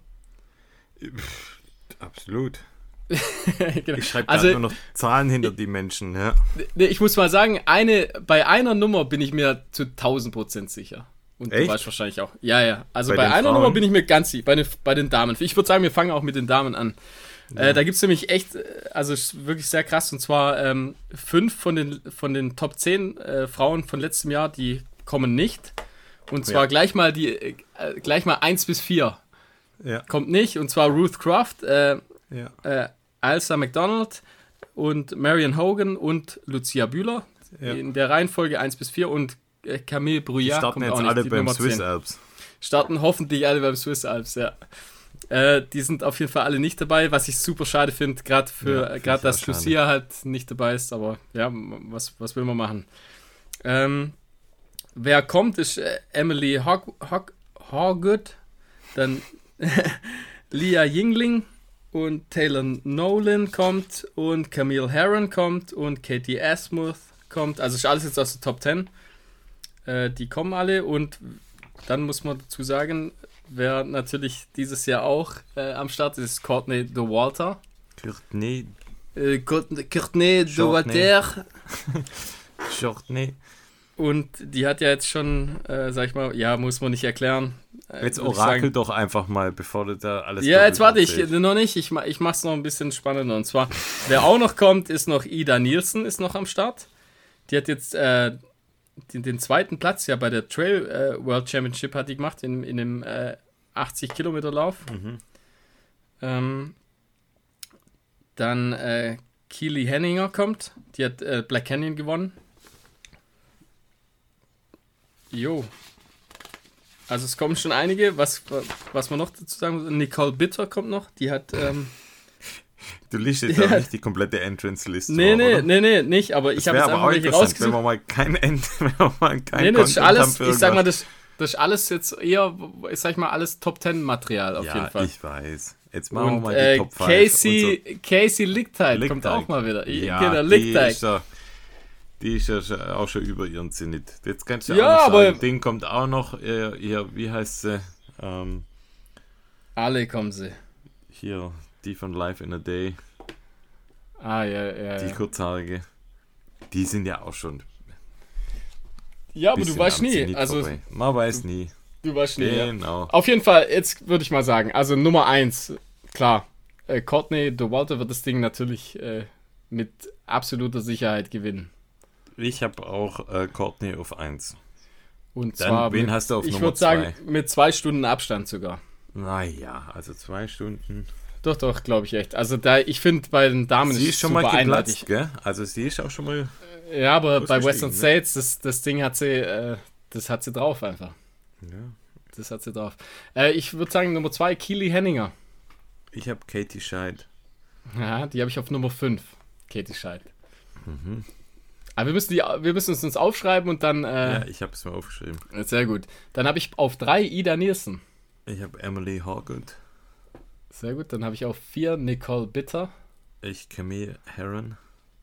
Absolut. Genau. Ich schreibe nur noch Zahlen hinter die Menschen. Ja. Ich muss mal sagen, bei einer Nummer bin ich mir zu 1000% sicher. Und echt? Du weißt wahrscheinlich auch. Ja. Also bei einer Nummer bin ich mir ganz sicher. Bei den Damen. Ich würde sagen, wir fangen auch mit den Damen an. Ja. Da gibt es nämlich echt, also ist wirklich sehr krass. Und zwar 5 von den Top 10 Frauen von letztem Jahr, die kommen nicht. Und zwar gleich mal 1 bis 4. Ja. Kommt nicht, und zwar Ruth Croft, Ailsa McDonald und Marion Hogan und Lucia Bühler. Ja. In der Reihenfolge 1 bis 4 und Camille Bruyat kommt auch nicht. Alle beim Swiss Alps. Starten hoffentlich alle beim Swiss Alps, ja. Die sind auf jeden Fall alle nicht dabei, was ich super schade finde, gerade dass Lucia halt nicht dabei ist, aber ja, was will man machen? Wer kommt, ist Emily Horgood, dann Leah Yingling und Taylor Nolan kommt und Camille Herron kommt und Katie Asmuth kommt. Also ist alles jetzt aus der Top 10. Die kommen alle, und dann muss man dazu sagen, wer natürlich dieses Jahr auch am Start ist Courtney Dauwalter. Courtney Dauwalter. Courtney. Und die hat ja jetzt schon, sag ich mal, ja, muss man nicht erklären. Jetzt Orakel doch einfach mal, bevor du da alles... Ja, jetzt warte ich noch nicht. Ich mach's noch ein bisschen spannender. Und zwar, wer auch noch kommt, ist noch Ida Nielsen, ist noch am Start. Die hat jetzt den zweiten Platz ja bei der Trail World Championship hat die gemacht, in dem 80-Kilometer-Lauf. Dann Keely Henninger kommt. Die hat Black Canyon gewonnen. Jo. Also es kommen schon einige. Was man noch dazu sagen muss, Nicole Bitter kommt noch. Die hat... Du liest jetzt auch nicht die komplette Entrance-Liste. Nee, nicht. Aber ich habe jetzt einfach welche rausgesucht. Wenn wir mal kein das ist alles, ich sag mal, das ist alles jetzt eher, ich sag mal, alles Top-10-Material auf jeden Fall. Ja, ich weiß. Jetzt machen wir mal die Top 5. Casey Lichtheit kommt auch mal wieder. Ja, genau, die ist ja auch schon über ihren Zenit. Jetzt kannst du ja, auch aber sagen, Ding kommt auch noch. Hier, wie heißt sie? Alle kommen sie. Hier, die von Live in a Day. Ja. Die kurzhaarige. Die sind ja auch schon. Ja, aber du weißt nie. Zenit also vorbei. Man weiß nie. Du weißt nie. Genau. Ja. Auf jeden Fall, jetzt würde ich mal sagen, also Nummer 1, klar. Courtney Dauwalter wird das Ding natürlich mit absoluter Sicherheit gewinnen. Ich habe auch Courtney auf 1. Und dann, zwar wen hast du auf Nummer 2? Ich würde sagen, mit 2 Stunden Abstand sogar. Naja, also 2 Stunden. Doch, glaube ich echt. Also ich finde, bei den Damen sie ist schon mal geplatzt, gell? Also sie ist auch schon mal. Ja, aber bei Western States, das Ding hat sie, das hat sie drauf einfach. Ja. Das hat sie drauf. Ich würde sagen, Nummer 2, Keely Henninger. Ich habe Katie Scheidt. Ja, die habe ich auf Nummer 5. Katie Scheidt. Mhm. Aber wir müssen uns aufschreiben und dann... ja, ich habe es mir aufgeschrieben. Sehr gut. Dann habe ich auf 3 Ida Nielsen. Ich habe Emily Hargood. Sehr gut. Dann habe ich auf 4 Nicole Bitter. Ich Camille Herron.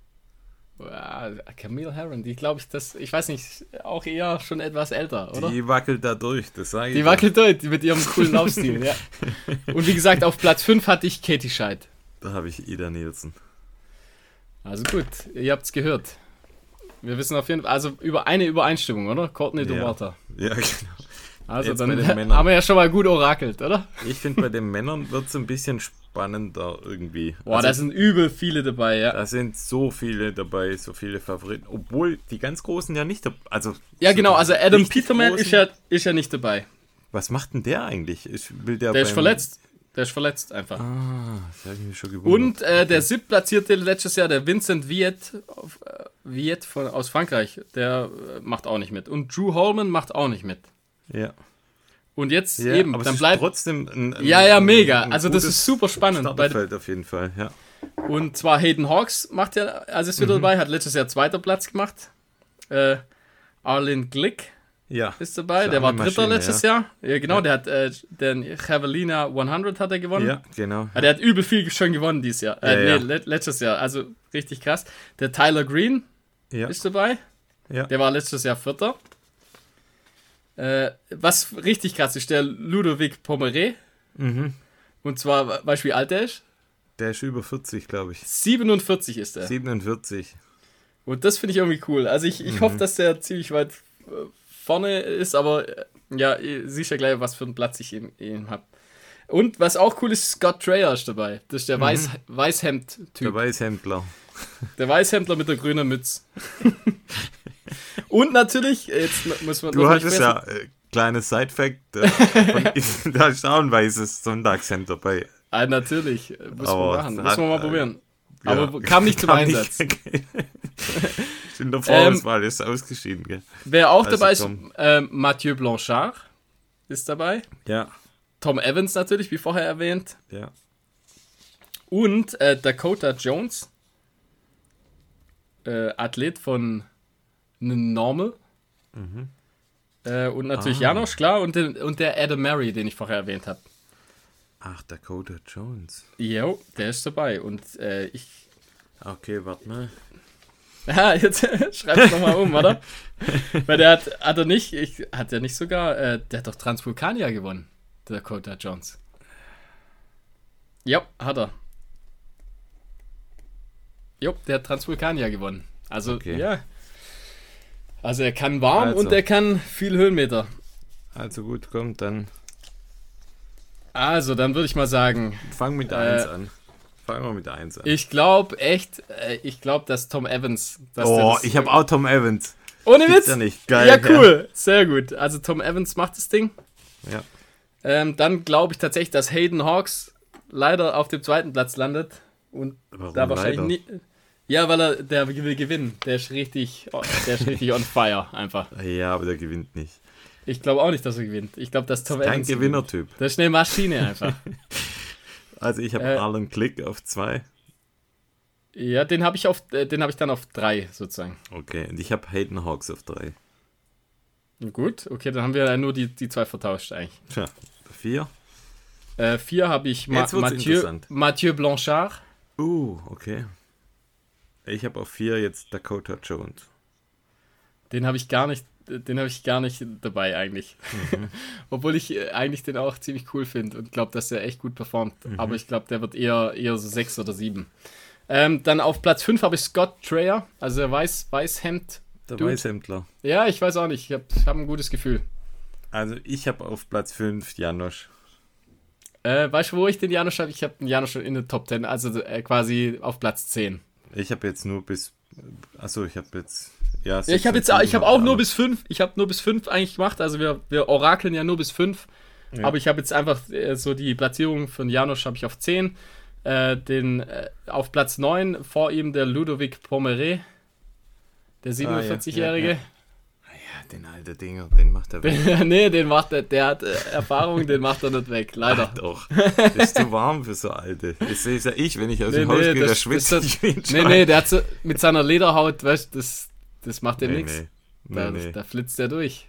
Ja, Camille Herron, die glaube ich weiß nicht, auch eher schon etwas älter, oder? Die wackelt da durch, das sage ich. Die wackelt durch, mit ihrem coolen Laufstil, ja. Und wie gesagt, auf Platz 5 hatte ich Katie Scheidt. Da habe ich Ida Nielsen. Also gut, ihr habt's gehört. Wir wissen auf jeden Fall, also über eine Übereinstimmung, oder? Courtney Dauwalter. Ja, genau. Also jetzt dann haben wir ja schon mal gut orakelt, oder? Ich finde, bei den Männern wird es ein bisschen spannender irgendwie. Boah, also, da sind übel viele dabei, ja. Da sind so viele dabei, so viele Favoriten. Obwohl die ganz Großen ja nicht dabei sind. Ja, genau, also Adam Peterman ist ja nicht dabei. Was macht denn der eigentlich? Der ist verletzt. Der ist verletzt einfach. Das habe ich mir schon gewundert. Und der 7. Platzierte letztes Jahr, der Vincent Viet aus Frankreich, der macht auch nicht mit. Und Drew Holman macht auch nicht mit. Ja. Und jetzt ja, eben, aber dann es bleibt. Trotzdem mega. Also, das ist super spannend. Starterfeld auf jeden Fall, ja. Und zwar Hayden Hawks macht ja, also ist wieder dabei, hat letztes Jahr 2. Platz gemacht. Arlen Glick ist dabei, der war 3. letztes Jahr. Ja, genau, ja. Der hat den Javelina 100 hat er gewonnen. Ja, genau. Der hat übel viel schon gewonnen dieses Jahr. Letztes Jahr, also richtig krass. Der Tyler Green ist dabei. Ja. Der war letztes Jahr 4. Was richtig krass ist, der Ludovic Pomeré. Mhm. Und zwar, weißt du, wie alt der ist? Der ist über 40, glaube ich. 47 ist er. 47. Und das finde ich irgendwie cool. Also ich hoffe, dass der ziemlich weit vorne ist, aber ja, siehst ja gleich, was für einen Platz ich eben habe. Und was auch cool ist, Scott Trayer ist dabei. Das ist der Weißhemd-Typ. Der Weißhemdler. Der Weißhemdler mit der grünen Mütze. Und natürlich, jetzt muss man... Du hattest ja, kleines Side-Fact, da ist auch ein weißes Sonntagshemd dabei. Natürlich, muss man mal probieren. Ja, aber kam nicht zum Einsatz. In der Vorauswahl ist ausgeschieden. Gell? Wer auch dabei ist, Mathieu Blanchard ist dabei. Ja. Tom Evans natürlich, wie vorher erwähnt. Ja. Und Dakota Jones, Athlet von Normal. Mhm. Und natürlich Janosch, klar. Und der Adam Murray, den ich vorher erwähnt habe. Ach, Dakota Jones. Jo, der ist dabei. Und ich... Okay, warte mal. Ja, jetzt schreib's nochmal um, oder? Weil der hat er nicht sogar, der hat doch Transvulkania gewonnen, der Dakota Jones. Ja, hat er. Jo, der hat Transvulkania gewonnen. Also, ja. Also er kann warm und er kann viel Höhenmeter. Also gut, kommt dann. Also, dann würde ich mal sagen... Fangen wir mit 1 an. Fangen wir mit 1 an. Ich glaube, dass Tom Evans... ich habe auch Tom Evans. Ohne Witz? Ja, nicht. Geil, ja, cool. Ja. Sehr gut. Also Tom Evans macht das Ding. Ja. Dann glaube ich tatsächlich, dass Hayden Hawks leider auf dem 2. Platz landet. Und warum da wahrscheinlich nicht... Ja, weil der will gewinnen. Der ist richtig on fire einfach. Ja, aber der gewinnt nicht. Ich glaube auch nicht, dass er gewinnt. Ich glaube, dass Tom Evans kein Gewinnertyp. Das ist eine Maschine einfach. Also ich habe Alan Klick auf 2. Ja, den habe ich dann auf 3 sozusagen. Okay, und ich habe Hayden Hawks auf 3. Gut, okay, dann haben wir nur die 2 vertauscht eigentlich. Tja, 4. 4 habe ich Mathieu Blanchard. Okay. Ich habe auf 4 jetzt Dakota Jones. Den habe ich gar nicht dabei eigentlich. Mhm. Obwohl ich eigentlich den auch ziemlich cool finde und glaube, dass der echt gut performt. Mhm. Aber ich glaube, der wird eher so 6 oder 7. Dann auf Platz 5 habe ich Scott Dreyer, also der Weißhemd. Der Weißhemdler. Ja, ich weiß auch nicht. Ich hab ein gutes Gefühl. Also ich habe auf Platz 5 Janosch. Weißt du, wo ich den Janosch habe? Ich habe den Janosch schon in der Top 10, also quasi auf Platz 10. Ich habe jetzt nur bis... Achso, ich habe jetzt... Ja, ich habe auch nur bis 5. Ich habe nur bis 5 eigentlich gemacht. Also wir orakeln ja nur bis 5. Ja. Aber ich habe jetzt einfach so die Platzierung von Janosch habe ich auf 10. Auf Platz 9 vor ihm der Ludovic Pommeret. Der 47-Jährige. Ja, den alten Dinger, den macht er weg. Nee, der hat Erfahrung, den macht er nicht weg, leider. Doch, das ist zu warm für so alte. Das sehe ja ich, wenn ich aus dem Haus gehe, der schwitzt nicht wie ein Schwein. Nee, der hat so, mit seiner Lederhaut, weißt du, das macht dem nichts. Da flitzt der durch.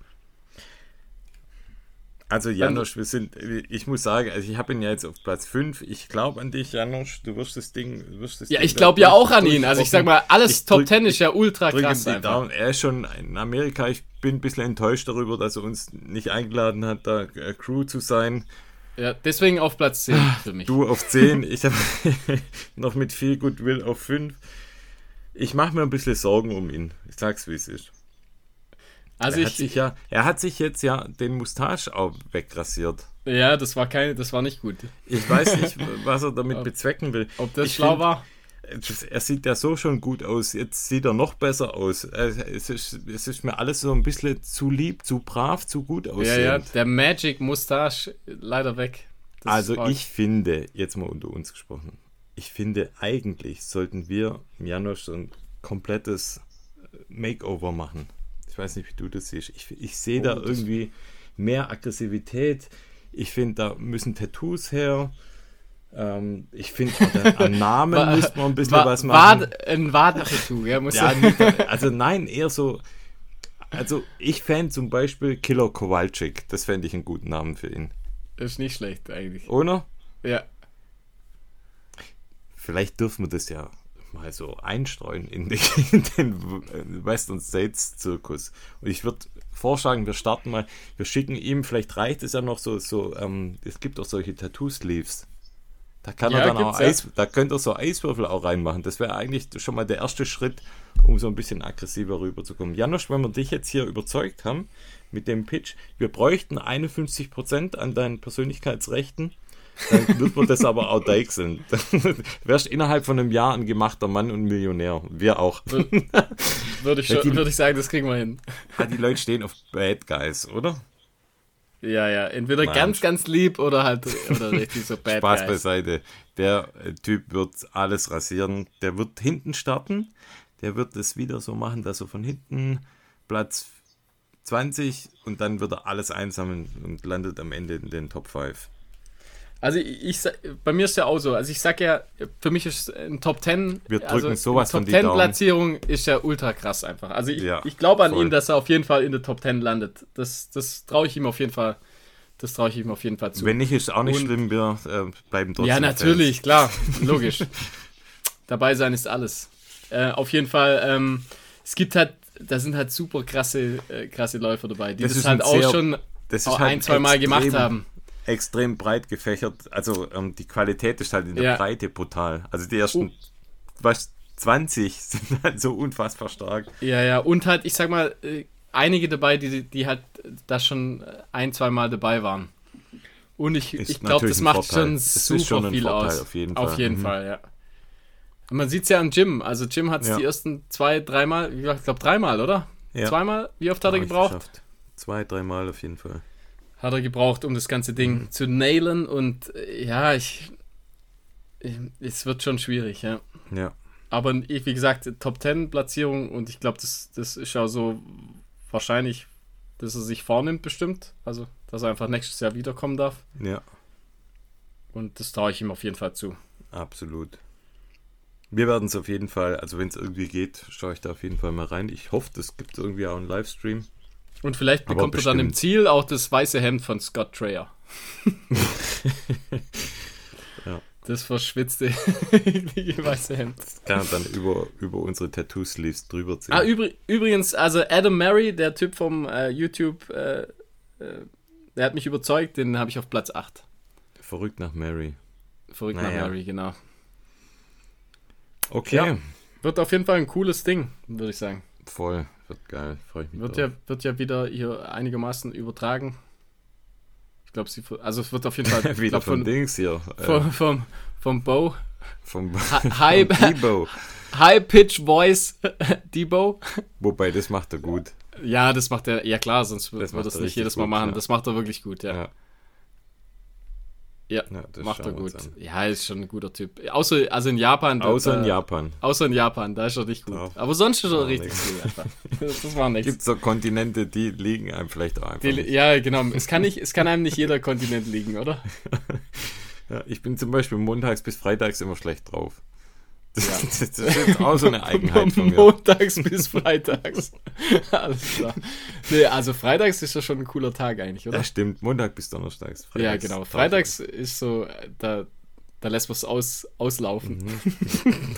Also Janosch, ich muss sagen, also ich habe ihn ja jetzt auf Platz 5. Ich glaube an dich, Janosch, du wirst das Ding. Ja, ich glaube ja auch an ihn. Also ich sag mal, alles Top 10 ist ja ultra krass einfach. Er ist schon in Amerika. Ich bin ein bisschen enttäuscht darüber, dass er uns nicht eingeladen hat, da Crew zu sein. Ja, deswegen auf Platz 10 für mich. Du auf 10, ich habe noch mit viel Goodwill auf 5. Ich mache mir ein bisschen Sorgen um ihn. Ich sag's, wie es ist. Also er hat sich jetzt ja den Mustache auch wegrasiert. Ja, das war nicht gut. Ich weiß nicht, was er damit bezwecken will. Ob das schlau war? Er sieht ja so schon gut aus. Jetzt sieht er noch besser aus. Es ist mir alles so ein bisschen zu lieb, zu brav, zu gut aussehend. Ja, der Magic Mustache leider weg. Ich finde, jetzt mal unter uns gesprochen, ich finde eigentlich sollten wir Janosch so ein komplettes Makeover machen. Ich weiß nicht, wie du das siehst. Ich sehe da irgendwie mehr Aggressivität. Ich finde, da müssen Tattoos her. Ich finde, am Namen müsste man ein bisschen was machen. Ein Wadentattoo, ja, muss ja. Also nein, eher so. Also ich fände zum Beispiel Killer Kowalczyk. Das fände ich einen guten Namen für ihn. Das ist nicht schlecht eigentlich. Oder? Ja. Vielleicht dürfen wir das ja mal so einstreuen in den Western States Zirkus. Und ich würde vorschlagen, wir starten mal, wir schicken ihm, vielleicht reicht es ja noch so es gibt auch solche Tattoo-Sleeves. Da kann er dann auch da könnte er so Eiswürfel auch reinmachen. Das wäre eigentlich schon mal der erste Schritt, um so ein bisschen aggressiver rüberzukommen. Janosch, wenn wir dich jetzt hier überzeugt haben mit dem Pitch, wir bräuchten 51% an deinen Persönlichkeitsrechten. Dann wird man das aber auch deichseln. Du wärst innerhalb von einem Jahr ein gemachter Mann und Millionär. Wir auch. Würde ich sagen, das kriegen wir hin. Die Leute stehen auf Bad Guys, oder? Ja. Entweder ganz, ganz lieb oder richtig so Bad Spaß Guys. beiseite. Der Typ wird alles rasieren. Der wird hinten starten. Der wird es wieder so machen, dass er von hinten Platz 20 und dann wird er alles einsammeln und landet am Ende in den Top 5. Also bei mir ist ja auch so, also ich sag ja, für mich ist ein Top 10, wir drücken sowas von die Top 10 Platzierung ist ja ultra krass einfach. Also ich glaube an ihn, dass er auf jeden Fall in der Top 10 landet. Das traue ich ihm auf jeden Fall. Das traue ich ihm auf jeden Fall zu. Wenn nicht, ist auch nicht schlimm, wir bleiben trotzdem. Ja, natürlich, klar, logisch. Dabei sein ist alles. Auf jeden Fall, da sind halt super krasse Läufer dabei, die das halt auch schon ein, zwei Mal gemacht haben. Extrem breit gefächert, also die Qualität ist halt in der Breite brutal. Also die ersten 20 sind halt so unfassbar stark. Ja, und halt, ich sag mal, einige dabei, die halt da schon ein, zwei Mal dabei waren. Und ich glaube, das macht schon super viel aus. Auf jeden Fall. Auf jeden Fall, ja. Und man sieht es ja an Jim. Also Jim hat es die ersten 2, 3 Mal, ich glaube 3 Mal, oder? Ja. 2 Mal? Wie oft hat er gebraucht? 2, 3 Mal auf jeden Fall. Hat er gebraucht, um das ganze Ding zu nailen und es wird schon schwierig, ja. Ja. Aber wie gesagt, Top-10-Platzierung und ich glaube, das ist ja so wahrscheinlich, dass er sich vornimmt bestimmt. Also, dass er einfach nächstes Jahr wiederkommen darf. Ja. Und das traue ich ihm auf jeden Fall zu. Absolut. Wir werden es auf jeden Fall, also wenn es irgendwie geht, schaue ich da auf jeden Fall mal rein. Ich hoffe, das gibt es irgendwie auch einen Livestream. Und vielleicht bekommt er dann im Ziel auch das weiße Hemd von Scott Dreyer. Ja. Das verschwitzte weiße Hemd. Das kann er dann über unsere Tattoo-Sleeves drüber ziehen. Übrigens, also Adam Murray, der Typ vom YouTube, der hat mich überzeugt, den habe ich auf Platz 8. Verrückt nach Mary. Nach Mary, genau. Okay. Ja, wird auf jeden Fall ein cooles Ding, würde ich sagen. Voll, wird geil, freue ich mich Wird ja wieder hier einigermaßen übertragen. Ich glaube, es wird auf jeden Fall wieder von Dings hier. Vom Bo. Vom Debo. High-Pitch Voice Debo. Wobei, das macht er gut. Ja, das macht er, ja klar, sonst würde er das nicht jedes Mal machen. Ja. Das macht er wirklich gut, ja. Ja, macht er gut. Ja, ist schon ein guter Typ. Also in Japan. Außer in Japan, da ist er nicht gut. Drauf. Aber sonst ist er richtig gut einfach. Das war nichts. Gibt es so Kontinente, die liegen einem vielleicht auch einfach nicht. Ja, genau. Es kann einem nicht jeder Kontinent liegen, oder? Ja, ich bin zum Beispiel montags bis freitags immer schlecht drauf. Das ist auch so eine Eigenheit von mir. Montags bis freitags. Alles klar. Nee, also freitags ist ja schon ein cooler Tag eigentlich, oder? Ja, stimmt. Montag bis donnerstags. Ja, genau. Freitags ist so, da lässt man es auslaufen. Mhm.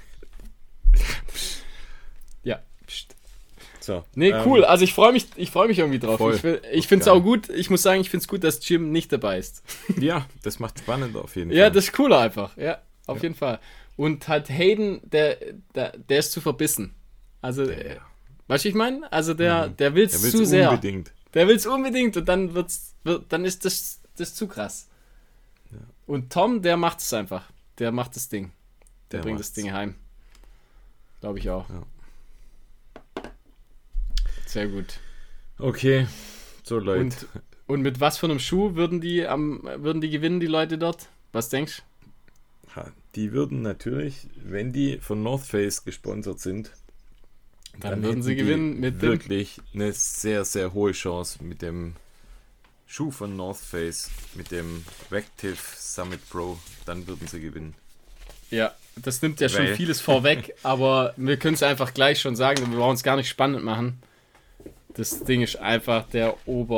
Ja. Psst. So, nee, cool. Also ich freue mich irgendwie drauf. Voll. Ich finde es auch gut. Ich muss sagen, ich finde es gut, dass Jim nicht dabei ist. Ja, das macht spannend auf jeden Fall. Ja, das ist cooler einfach. Ja, auf jeden Fall. Und halt Hayden, der ist zu verbissen. Also, weißt du, ich meine? Also der will es zu sehr. Unbedingt. Der will es unbedingt und dann dann ist das zu krass. Ja. Und Tom, der macht es einfach. Der macht das Ding. Der bringt das Ding heim. Glaube ich auch. Ja. Sehr gut. Okay, so Leute. Und mit was für einem Schuh würden die gewinnen, die Leute dort? Was denkst du? Die würden natürlich, wenn die von North Face gesponsert sind, dann würden sie gewinnen mit wirklich eine sehr, sehr hohe Chance mit dem Schuh von North Face, mit dem Vective Summit Pro, dann würden sie gewinnen. Ja, das nimmt ja schon vieles vorweg, aber wir können es einfach gleich schon sagen, wir brauchen es gar nicht spannend machen. Das Ding ist einfach der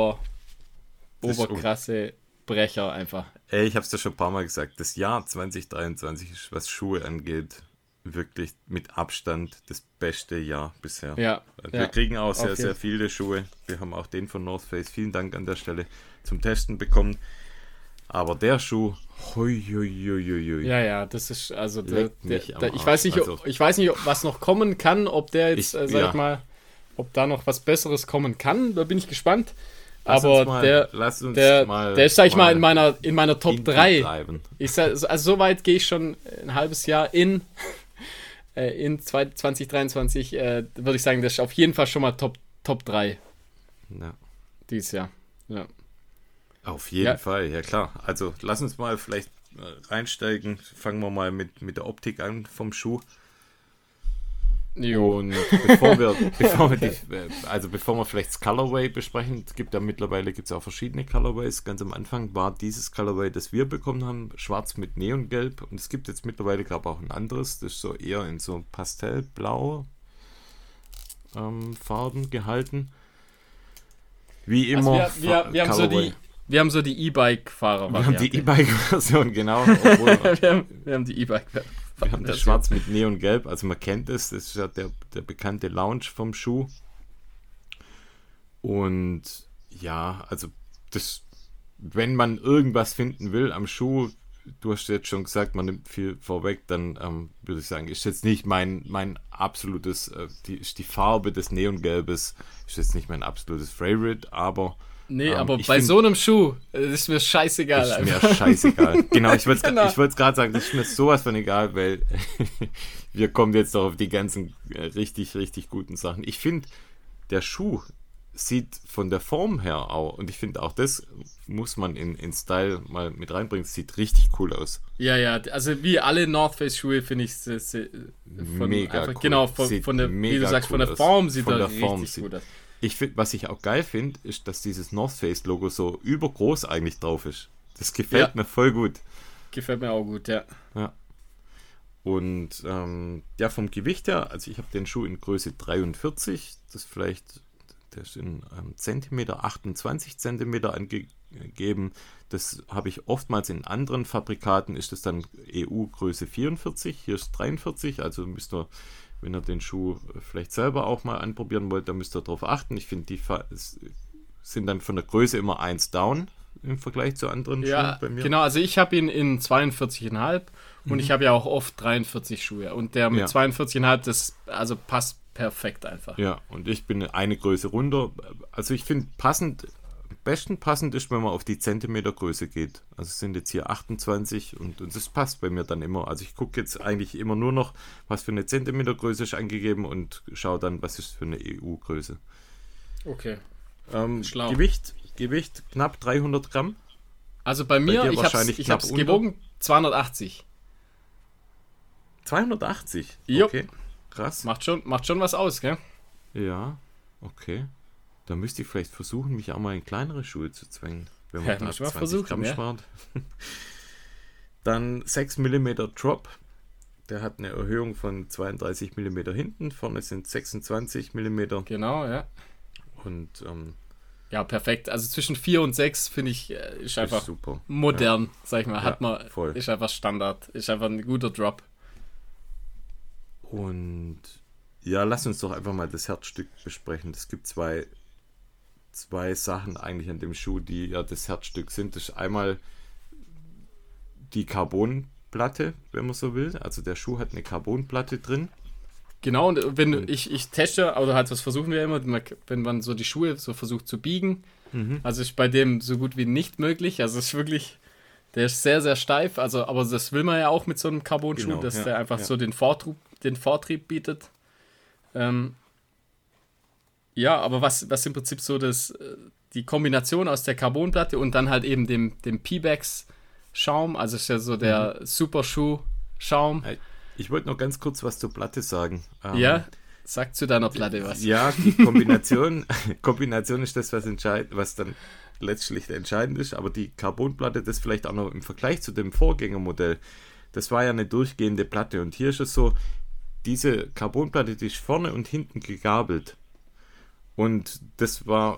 oberkrasse Brecher einfach. Ey, ich hab's dir schon ein paar Mal gesagt, das Jahr 2023 ist, was Schuhe angeht, wirklich mit Abstand das beste Jahr bisher. Ja. Wir kriegen auch sehr, sehr viele Schuhe. Wir haben auch den von North Face, vielen Dank an der Stelle, zum Testen bekommen. Aber der Schuh, Ja, das ist also ich weiß nicht, was noch kommen kann, ob der jetzt, ich mal, ob da noch was Besseres kommen kann, da bin ich gespannt. Aber der ist, sag ich mal, in meiner Top 3. Also so weit gehe ich schon ein halbes Jahr in 2023, würde ich sagen, das ist auf jeden Fall schon mal Top 3. Ja. Dieses Jahr. Ja. Auf jeden Fall, ja klar. Also lass uns mal vielleicht reinsteigen. Fangen wir mal mit der Optik an vom Schuh. Jo. Und bevor wir vielleicht das Colorway besprechen, mittlerweile gibt es auch verschiedene Colorways. Ganz am Anfang war dieses Colorway, das wir bekommen haben, schwarz mit Neongelb. Und es gibt jetzt mittlerweile, glaube ich, auch ein anderes. Das ist so eher in so Pastellblau Farben gehalten. Wie immer. Also wir haben so die E-Bike-Fahrer. Wir haben die E-Bike-Version, genau. wir haben die E-Bike-Version. Wir haben das schwarz mit Neongelb, also man kennt es, das ist ja der bekannte Lounge vom Schuh. Und ja, also wenn man irgendwas finden will am Schuh, du hast jetzt schon gesagt, man nimmt viel vorweg, dann würde ich sagen, ist jetzt nicht mein absolutes, die Farbe des Neongelbes ist jetzt nicht mein absolutes Favorite, aber nee, aber bei so einem Schuh ist mir scheißegal. Ist mir scheißegal. Genau, ich wollte es gerade sagen, das ist mir sowas von egal, weil wir kommen jetzt doch auf die ganzen richtig, richtig guten Sachen. Ich finde, der Schuh sieht von der Form her auch, und ich finde auch das muss man in Style mal mit reinbringen, sieht richtig cool aus. Ja, also wie alle North Face Schuhe finde ich mega einfach, cool. Genau, von der, wie du sagst, cool von der Form sieht er richtig gut aus. Ich finde, was ich auch geil finde, ist, dass dieses North Face Logo so übergroß eigentlich drauf ist. Das gefällt mir voll gut. Gefällt mir auch gut, ja. Und vom Gewicht her, also ich habe den Schuh in Größe 43, der ist in Zentimeter, 28 Zentimeter angegeben. Das habe ich oftmals in anderen Fabrikaten, ist das dann EU-Größe 44, hier ist 43, also müsst ihr, wenn ihr den Schuh vielleicht selber auch mal anprobieren wollt, dann müsst ihr darauf achten. Ich finde, die sind dann von der Größe immer 1 down im Vergleich zu anderen Schuhen bei mir. Genau, also ich habe ihn in 42,5 und ich habe ja auch oft 43 Schuhe und der mit 42,5, das also passt perfekt einfach. Ja, und ich bin eine Größe runter. Also ich finde am besten passend ist, wenn man auf die Zentimetergröße geht. Also es sind jetzt hier 28 und das passt bei mir dann immer. Also ich gucke jetzt eigentlich immer nur noch, was für eine Zentimetergröße ist angegeben und schaue dann, was ist für eine EU-Größe. Okay. Schlau. Gewicht knapp 300 Gramm. Also bei mir, ich habe es gewogen, 280. 280? Jo. Okay, krass. Macht schon was aus, gell? Ja, okay. Da müsste ich vielleicht versuchen, mich auch mal in kleinere Schuhe zu zwängen. Wenn man da 20 Gramm spart. Dann 6 mm Drop. Der hat eine Erhöhung von 32 mm hinten. Vorne sind 26 mm. Genau, ja. Und ja, perfekt. Also zwischen 4 und 6 finde ich, ist einfach super. Modern, sag ich mal. Voll. Ist einfach Standard. Ist einfach ein guter Drop. Und ja, lass uns doch einfach mal das Herzstück besprechen. Es gibt zwei Sachen eigentlich an dem Schuh, die ja das Herzstück sind. Das ist einmal die Carbonplatte, wenn man so will. Also der Schuh hat eine Carbonplatte drin. Genau, und wenn ich teste, oder halt, das versuchen wir immer, wenn man so die Schuhe so versucht zu biegen, also ist bei dem so gut wie nicht möglich. Also es ist wirklich, der ist sehr, sehr steif, also, aber das will man ja auch mit so einem Carbon-Schuh, dass der einfach so den Vortrieb bietet. Ja, aber was im Prinzip so die Kombination aus der Carbonplatte und dann halt eben dem Pebax-Schaum, also ist ja so der Super-Schuh-Schaum. Ich wollte noch ganz kurz was zur Platte sagen. Ja, sag zu deiner Platte was. Ja, die Kombination ist das, was dann letztlich entscheidend ist, aber die Carbonplatte, das vielleicht auch noch im Vergleich zu dem Vorgängermodell, das war ja eine durchgehende Platte und hier ist es so, diese Carbonplatte, die ist vorne und hinten gegabelt und das war,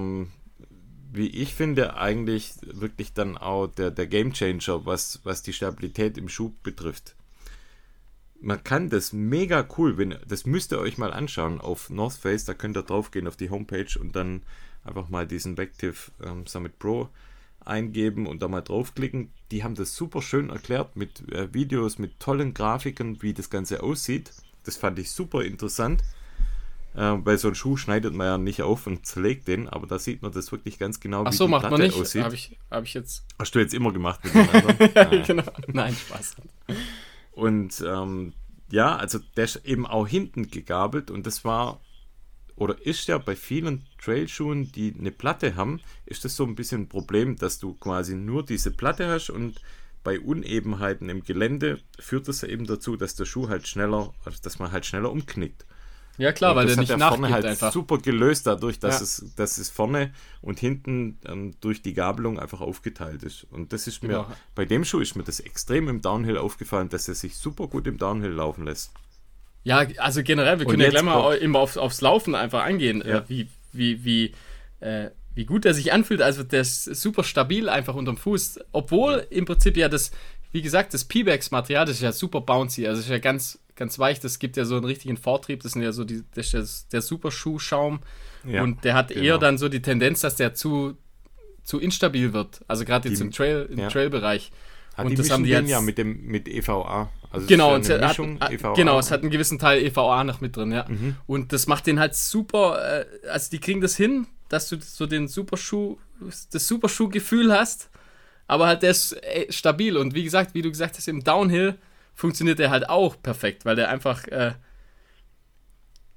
wie ich finde, eigentlich wirklich dann auch der Gamechanger, was die Stabilität im Schuh betrifft. Man kann das mega cool, das müsst ihr euch mal anschauen auf North Face, da könnt ihr drauf gehen auf die Homepage und dann einfach mal diesen Vective Summit Pro eingeben und da mal draufklicken. Die haben das super schön erklärt mit Videos, mit tollen Grafiken, wie das Ganze aussieht. Das fand ich super interessant. Weil so ein Schuh schneidet man ja nicht auf und zerlegt den, aber da sieht man das wirklich ganz genau, wie die macht Platte man nicht. aussieht. Hab ich jetzt. Hast du jetzt immer gemacht mit den anderen? Ja, genau. Nein, Spaß. Und also der ist eben auch hinten gegabelt und das war oder ist ja bei vielen Trailschuhen, die eine Platte haben, ist das so ein bisschen ein Problem, dass du quasi nur diese Platte hast und bei Unebenheiten im Gelände führt das ja eben dazu, dass der Schuh halt dass man halt schneller umknickt. Ja klar, weil der nicht nachgibt vorne halt einfach. Super gelöst dadurch, dass es vorne und hinten durch die Gabelung einfach aufgeteilt ist. Und das ist mir, bei dem Schuh ist mir das extrem im Downhill aufgefallen, dass er sich super gut im Downhill laufen lässt. Ja, also generell, wir können ja gleich mal immer aufs Laufen einfach eingehen, wie gut er sich anfühlt. Also der ist super stabil einfach unterm Fuß, obwohl im Prinzip ja wie gesagt, das Pebax-Material, das ist ja super bouncy, also ist ja ganz weich, das gibt ja so einen richtigen Vortrieb, das sind ja so das ist der Super-Schuh-Schaum und der hat eher dann so die Tendenz, dass der zu instabil wird, also gerade jetzt im Trail-Bereich. Und das haben die jetzt mit EVA. Also genau, es ist eine Mischung EVA. Genau, es hat einen gewissen Teil EVA noch mit drin, ja. Und das macht den halt super, also die kriegen das hin, dass du so das Superschuh-Gefühl hast, aber halt der ist stabil und wie du gesagt hast, im Downhill funktioniert der halt auch perfekt, weil der einfach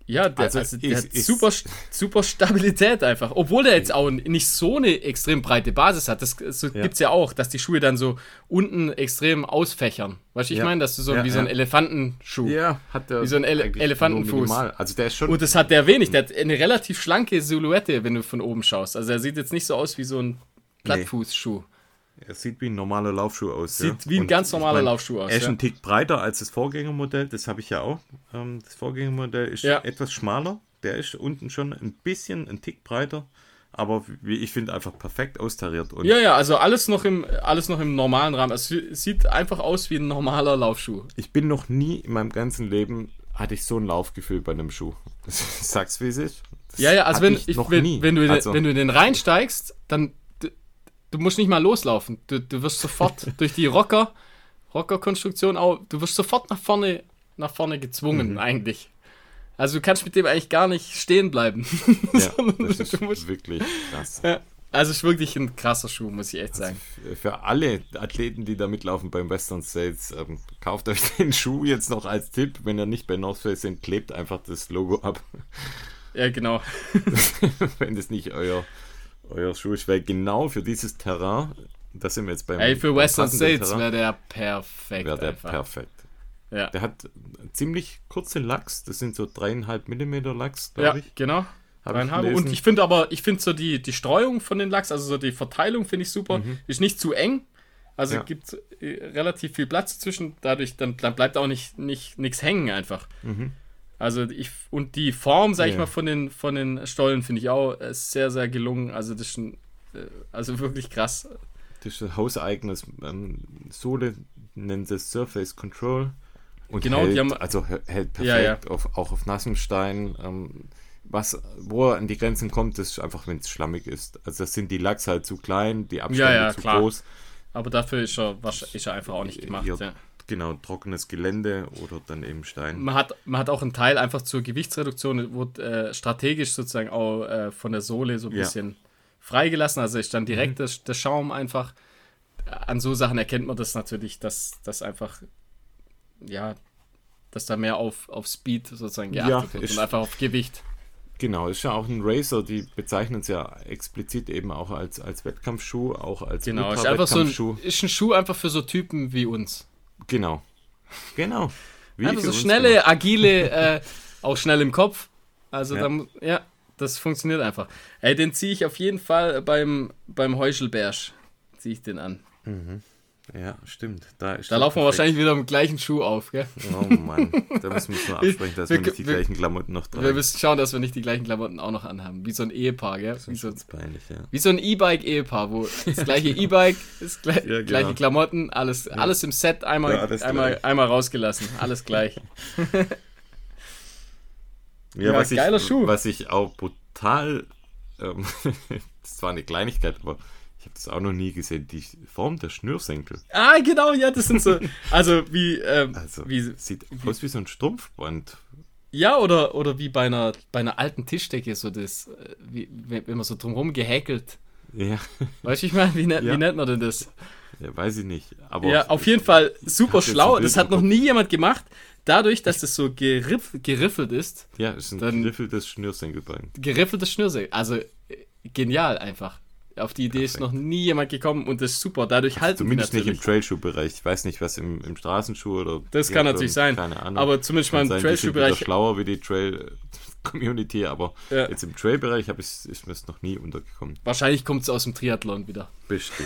Ja, der hat super Stabilität einfach. Obwohl der jetzt auch nicht so eine extrem breite Basis hat. Das gibt es ja auch, dass die Schuhe dann so unten extrem ausfächern. Weißt du, ich meine, dass du so wie so ein Elefantenschuh. Ja, hat der. Wie so ein Elefantenfuß. Also der ist schon. Und das hat der wenig. Der hat eine relativ schlanke Silhouette, wenn du von oben schaust. Also er sieht jetzt nicht so aus wie so ein Plattfußschuh. Er sieht wie ein normaler Laufschuh aus. Sieht wie ein ganz normaler Laufschuh aus. Er ist ein Tick breiter als das Vorgängermodell, das habe ich ja auch. Das Vorgängermodell ist etwas schmaler. Der ist unten schon ein Tick breiter, aber wie ich finde, einfach perfekt austariert. Und also alles noch im normalen Rahmen. Es sieht einfach aus wie ein normaler Laufschuh. Ich bin noch nie in meinem ganzen Leben, hatte ich so ein Laufgefühl bei einem Schuh. Sag's, wie es ist. Also wenn du in den reinsteigst, dann du musst nicht mal loslaufen. Du wirst sofort durch die Rocker-Konstruktion auch, du wirst sofort nach vorne gezwungen, eigentlich. Also du kannst mit dem eigentlich gar nicht stehen bleiben. Ja, das ist wirklich krass. Ja, also es ist wirklich ein krasser Schuh, muss ich echt sagen. Für alle Athleten, die da mitlaufen beim Western States, kauft euch den Schuh jetzt noch als Tipp. Wenn ihr nicht bei North Face sind, klebt einfach das Logo ab. Ja, genau. Wenn das nicht euer Schuh ist, weil genau für dieses Terrain, das sind wir jetzt beim für Western States wäre der perfekt. Ja. Der hat ziemlich kurze Lachs, das sind so 3,5 mm Lachs, glaube ich. Ja, genau. 3,5. Und ich finde so die Streuung von den Lachs, also so die Verteilung finde ich super. Ist nicht zu eng, also gibt relativ viel Platz zwischen, dadurch dann bleibt auch nichts hängen einfach. Also und die Form, sag ich mal, von den Stollen finde ich auch sehr, sehr gelungen. Also das ist wirklich krass. Das ist ein hauseigenes Sohle, nennt es Surface Control. Und genau, hält perfekt, auch auf nassem Stein. Wo er an die Grenzen kommt, das ist einfach, wenn es schlammig ist. Also das sind die Lachs halt zu klein, die Abstände zu groß. Aber dafür ist er einfach auch nicht gemacht. Genau, trockenes Gelände oder dann eben Stein. Man hat auch einen Teil einfach zur Gewichtsreduktion, wurde strategisch sozusagen auch von der Sohle so ein bisschen freigelassen. Also ist dann direkt der Schaum einfach. An so Sachen erkennt man das natürlich, dass einfach, dass da mehr auf Speed sozusagen geachtet wird und einfach auf Gewicht. Genau, ist ja auch ein Racer, die bezeichnen es ja explizit eben auch als Wettkampfschuh, auch als Ultra-Wettkampfschuh. Ist ein Schuh einfach für so Typen wie uns. Genau. Wie einfach so schnelle, agile, auch schnell im Kopf. Also das funktioniert einfach. Ey, den ziehe ich auf jeden Fall beim Heuchelberg. Ziehe ich den an. Ja, stimmt. Da laufen wir wahrscheinlich wieder im gleichen Schuh auf, gell? Oh Mann, da müssen wir nur absprechen, dass wir nicht die gleichen Klamotten noch tragen. Wir müssen schauen, dass wir nicht die gleichen Klamotten auch noch anhaben. Wie so ein Ehepaar, gell? Das ist peinlich, ja. Wie so ein E-Bike-Ehepaar, wo das gleiche E-Bike, gleiche Klamotten, alles im Set, einmal rausgelassen. Alles gleich. Geiler Schuh. Was ich auch brutal, das ist zwar eine Kleinigkeit, aber ich habe das auch noch nie gesehen, die Form der Schnürsenkel. Ah, genau, ja, das sind so, sieht aus wie so ein Strumpfband. Ja, oder wie bei einer alten Tischdecke, so das, wenn man so drumherum gehäkelt. Ja. Weißt du, ich meine, wie nennt man denn das? Ja, weiß ich nicht. Aber ja, auf jeden Fall super schlau, das hat noch nie jemand gemacht. Dadurch, dass das so geriffelt ist. Ja, es ist ein geriffeltes Schnürsenkelband. Geriffeltes Schnürsenkel, also genial einfach. Auf die Idee ist noch nie jemand gekommen und das ist super. Dadurch halten zumindest nicht im Trailschuhbereich. Ich weiß nicht, was im Straßenschuh oder. Das kann natürlich sein. Keine Ahnung. Aber zumindest mal im Trailschuhbereich. Schlauer wie die Trail-Community, aber jetzt im Trailbereich ist mir es noch nie untergekommen. Wahrscheinlich kommt es aus dem Triathlon wieder. Bestimmt.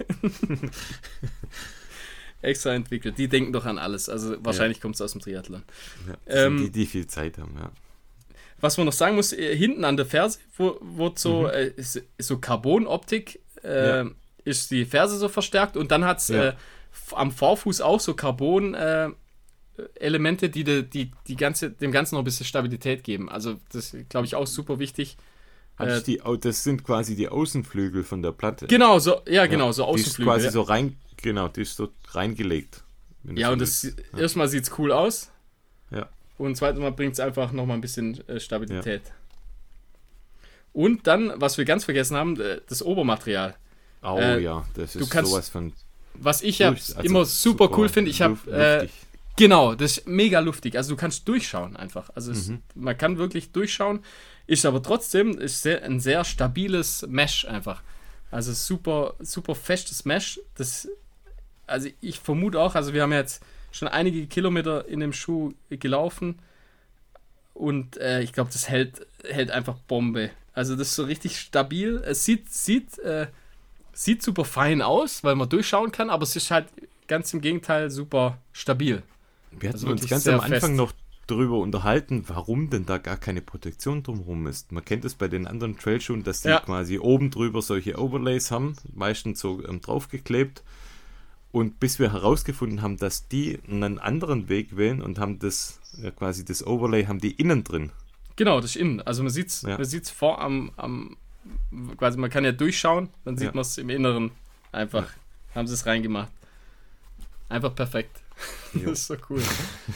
Extra entwickelt. Die denken doch an alles. Also wahrscheinlich kommt es aus dem Triathlon. Ja, die viel Zeit haben, ja. Was man noch sagen muss, hinten an der Ferse wurde so Carbon-Optik, ist die Ferse so verstärkt und dann hat es am Vorfuß auch so Carbon-Elemente, die dem Ganzen noch ein bisschen Stabilität geben. Also das glaube ich auch super wichtig. Das sind quasi die Außenflügel von der Platte. Genau, so Außenflügel. Die ist quasi so die ist so reingelegt. Ja, und erstmal sieht es cool aus. Ja. Und zweitens Mal bringt es einfach nochmal ein bisschen Stabilität. Ja. Und dann, was wir ganz vergessen haben, das Obermaterial. Das ist sowas von... Was ich immer super cool finde, ich habe Genau, das ist mega luftig. Also du kannst durchschauen einfach. Also man kann wirklich durchschauen, ist aber trotzdem ein sehr stabiles Mesh einfach. Also super, super festes Mesh. Also ich vermute auch, also wir haben jetzt schon einige Kilometer in dem Schuh gelaufen und ich glaube, das hält einfach Bombe. Also das ist so richtig stabil. Es sieht super fein aus, weil man durchschauen kann, aber es ist halt ganz im Gegenteil super stabil. Wir hatten uns ganz am Anfang noch darüber unterhalten, warum denn da gar keine Protektion drumherum ist. Man kennt es bei den anderen Trailschuhen, dass die quasi oben drüber solche Overlays haben, meistens so draufgeklebt. Und bis wir herausgefunden haben, dass die einen anderen Weg wählen und haben das quasi das Overlay haben die innen drin. Genau, das ist innen. Also man sieht es vor quasi man kann ja durchschauen, dann sieht man es im Inneren einfach. Haben sie es reingemacht. Einfach perfekt. Jo. Das ist so cool.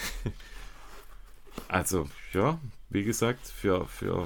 Also, ja, wie gesagt, für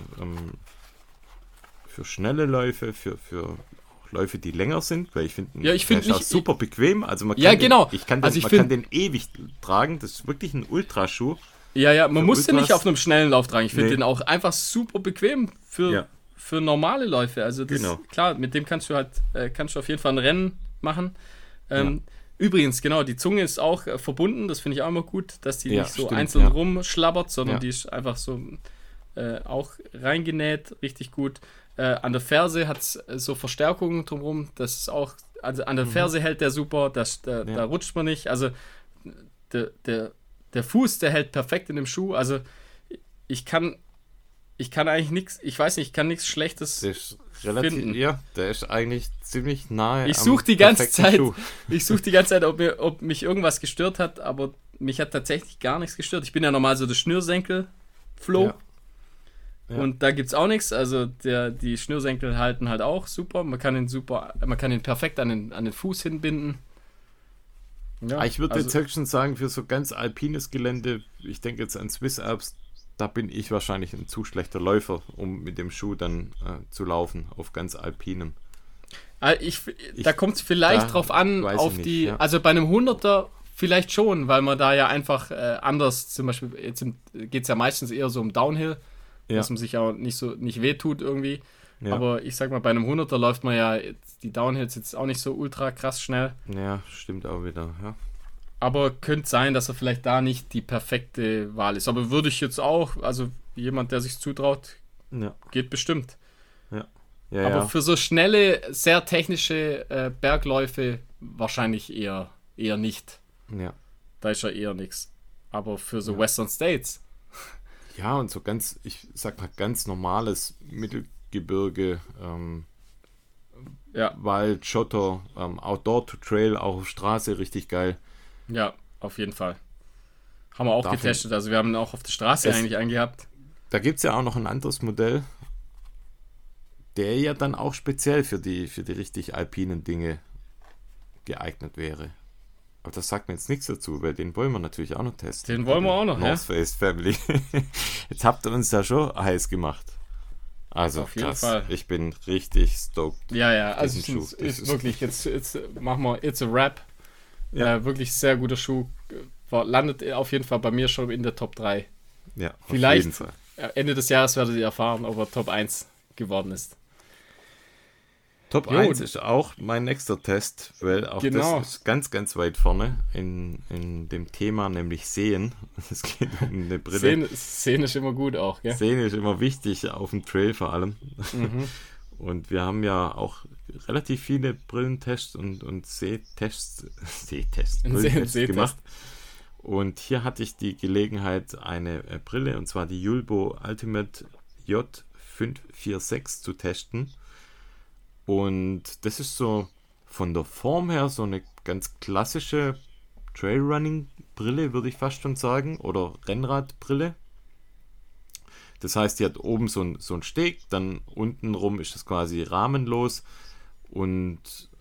schnelle Läufe, für Läufe, die länger sind, weil ich finde, nicht auch super bequem. Also man kann kann den ewig tragen. Das ist wirklich ein Ultraschuh. Ja, man muss den nicht auf einem schnellen Lauf tragen. Ich finde den auch einfach super bequem für normale Läufe. Also das klar, mit dem kannst du auf jeden Fall ein Rennen machen. Übrigens, genau, die Zunge ist auch verbunden, das finde ich auch immer gut, dass die nicht so einzeln rumschlabbert, sondern die ist einfach so auch reingenäht, richtig gut. An der Ferse hat es so Verstärkungen drumherum, das ist auch, also an der Ferse hält der super, da rutscht man nicht, also der Fuß, der hält perfekt in dem Schuh, also ich kann eigentlich nichts, ich weiß nicht, ich kann nichts Schlechtes finden. Ja, der ist eigentlich ziemlich nahe. Ich suche die ganze Zeit, ob mich irgendwas gestört hat, aber mich hat tatsächlich gar nichts gestört. Ich bin ja normal so der Schnürsenkel-Flow. Ja. Und da gibt es auch nichts. Also die Schnürsenkel halten halt auch super. Man kann ihn perfekt an den Fuß hinbinden. Ja, ich würde jetzt höchstens sagen, für so ganz alpines Gelände, ich denke jetzt an Swiss Alps, da bin ich wahrscheinlich ein zu schlechter Läufer, um mit dem Schuh dann zu laufen, auf ganz alpinem. Da kommt es vielleicht drauf an, also bei einem 100er vielleicht schon, weil man da ja einfach anders, zum Beispiel, jetzt geht es ja meistens eher so um Downhill, dass man sich auch nicht wehtut irgendwie. Ja. Aber ich sag mal, bei einem 100er läuft man ja die Downhills jetzt auch nicht so ultra krass schnell. Ja, stimmt auch wieder, ja. Aber könnte sein, dass er vielleicht da nicht die perfekte Wahl ist. Aber würde ich jetzt auch, also jemand, der sich zutraut, geht bestimmt. Ja. Aber für so schnelle, sehr technische Bergläufe wahrscheinlich eher nicht. Ja. Da ist ja eher nichts. Aber für so Western States. Ja, und so ganz, ich sag mal, ganz normales Mittelgebirge, Wald, Schotter, Outdoor to Trail, auch auf Straße, richtig geil. Ja, auf jeden Fall. Haben wir auch getestet. Also wir haben ihn auch auf der Straße eigentlich eingehabt. Da gibt es ja auch noch ein anderes Modell, der ja dann auch speziell für die richtig alpinen Dinge geeignet wäre. Aber das sagt mir jetzt nichts dazu, weil den wollen wir natürlich auch noch testen. Den wollen wir auch noch, North Face Family. Jetzt habt ihr uns da schon heiß gemacht. Also auf jeden Fall. Ich bin richtig stoked. Ja, also es ist wirklich, jetzt machen wir It's a Wrap. Ja. Wirklich sehr guter Schuh. Landet auf jeden Fall bei mir schon in der Top 3. Ja, vielleicht auf jeden Fall. Ende des Jahres werdet ihr erfahren, ob er Top 1 geworden ist. Top 1 ist auch mein nächster Test, weil auch das ist ganz, ganz weit vorne in dem Thema, nämlich Sehen. Es geht um eine Brille. Sehen ist immer gut auch, gell? Sehen ist immer wichtig, auf dem Trail vor allem. Mhm. Und wir haben ja auch relativ viele Brillentests und Sehtests gemacht. Und hier hatte ich die Gelegenheit, eine Brille, und zwar die Julbo Ultimate J546 zu testen. Und das ist so von der Form her so eine ganz klassische Trailrunning-Brille, würde ich fast schon sagen, oder Rennradbrille. Das heißt, die hat oben so ein Steg, dann unten rum ist das quasi rahmenlos und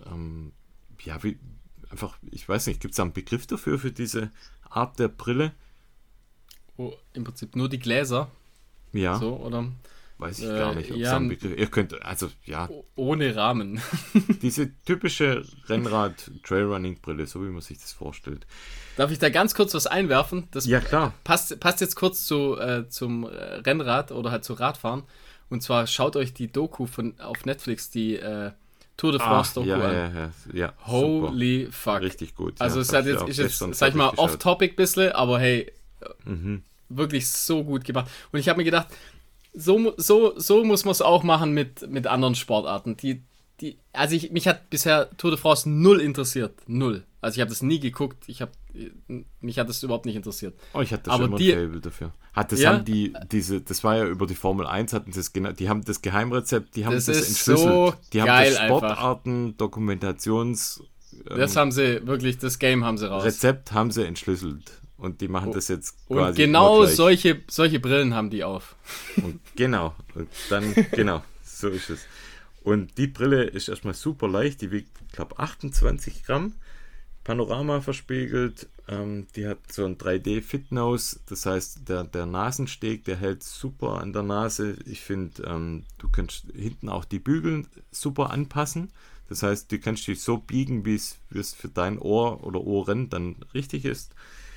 ich weiß nicht, gibt es da einen Begriff dafür, für diese Art der Brille? Im Prinzip nur die Gläser. Ja. So, oder? weiß ich gar nicht. Ja, ihr könnt, also ja. Ohne Rahmen. Diese typische Rennrad-Trailrunning-Brille, so wie man sich das vorstellt. Darf ich da ganz kurz was einwerfen? Das ja, klar. Passt jetzt kurz zum Rennrad oder halt zu Radfahren. Und zwar schaut euch die Doku auf Netflix, die Tour de France Doku an. Ja, Holy super. Fuck. Richtig gut. Also es ist jetzt, sag ich mal, off-topic ein bisschen, aber hey, wirklich so gut gemacht. Und ich habe mir gedacht, so muss man es auch machen mit anderen Sportarten. Also mich hat bisher Tour de France null interessiert. Null. Also ich habe das nie geguckt. Mich hat das überhaupt nicht interessiert. Oh, ich hatte schon immer ein Faible dafür. Das war ja über die Formel 1, die haben das Geheimrezept, die haben das entschlüsselt. So die haben geil das Sportarten, Dokumentations... das haben sie wirklich, das Game haben sie raus. Rezept haben sie entschlüsselt. Und die machen das jetzt quasi. Und genau solche Brillen haben die auf. Und genau. Und dann, genau, so ist es. Und die Brille ist erstmal super leicht. Die wiegt, ich glaube, 28 Gramm. Panorama verspiegelt. Die hat so ein 3D-Fit-Nose. Das heißt, der Nasensteg, der hält super an der Nase. Ich finde, du kannst hinten auch die Bügel super anpassen. Das heißt, du kannst dich so biegen, wie es für dein Ohr oder Ohren dann richtig ist.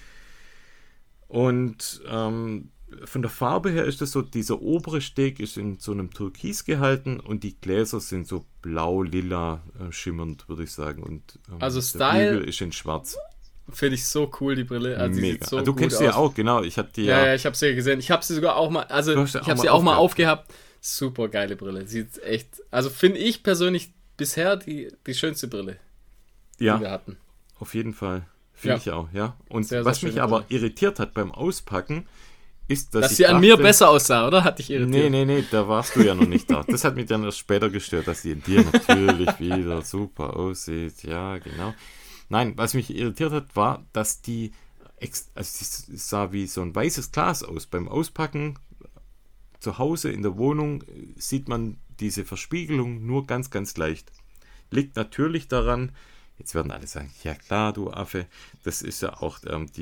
Und von der Farbe her ist das so, dieser obere Steg ist in so einem Türkis gehalten und die Gläser sind so blau-lila schimmernd, würde ich sagen. Und also der Style Bügel ist in schwarz. Finde ich so cool, die Brille. Also mega. So du kennst sie ja auch, genau. Ich habe die ja, ich habe sie ja gesehen. Ich habe sie sogar auch mal, also ich habe sie auch mal aufgehabt. Super geile Brille. Sieht echt, also finde ich persönlich bisher die schönste Brille, die wir hatten. Auf jeden Fall. Finde ich auch, ja. Und sehr, was sehr mich aber irritiert hat beim Auspacken, ist, dass sie an mir besser aussah, oder? Hat dich irritiert? Nee, da warst du ja noch nicht da. Das hat mich dann erst später gestört, dass sie in dir natürlich wieder super aussieht. Ja, genau. Nein, was mich irritiert hat, war, dass die sah wie so ein weißes Glas aus. Beim Auspacken zu Hause in der Wohnung sieht man diese Verspiegelung nur ganz, ganz leicht. Liegt daran, jetzt werden alle sagen, ja klar, du Affe, das ist ja auch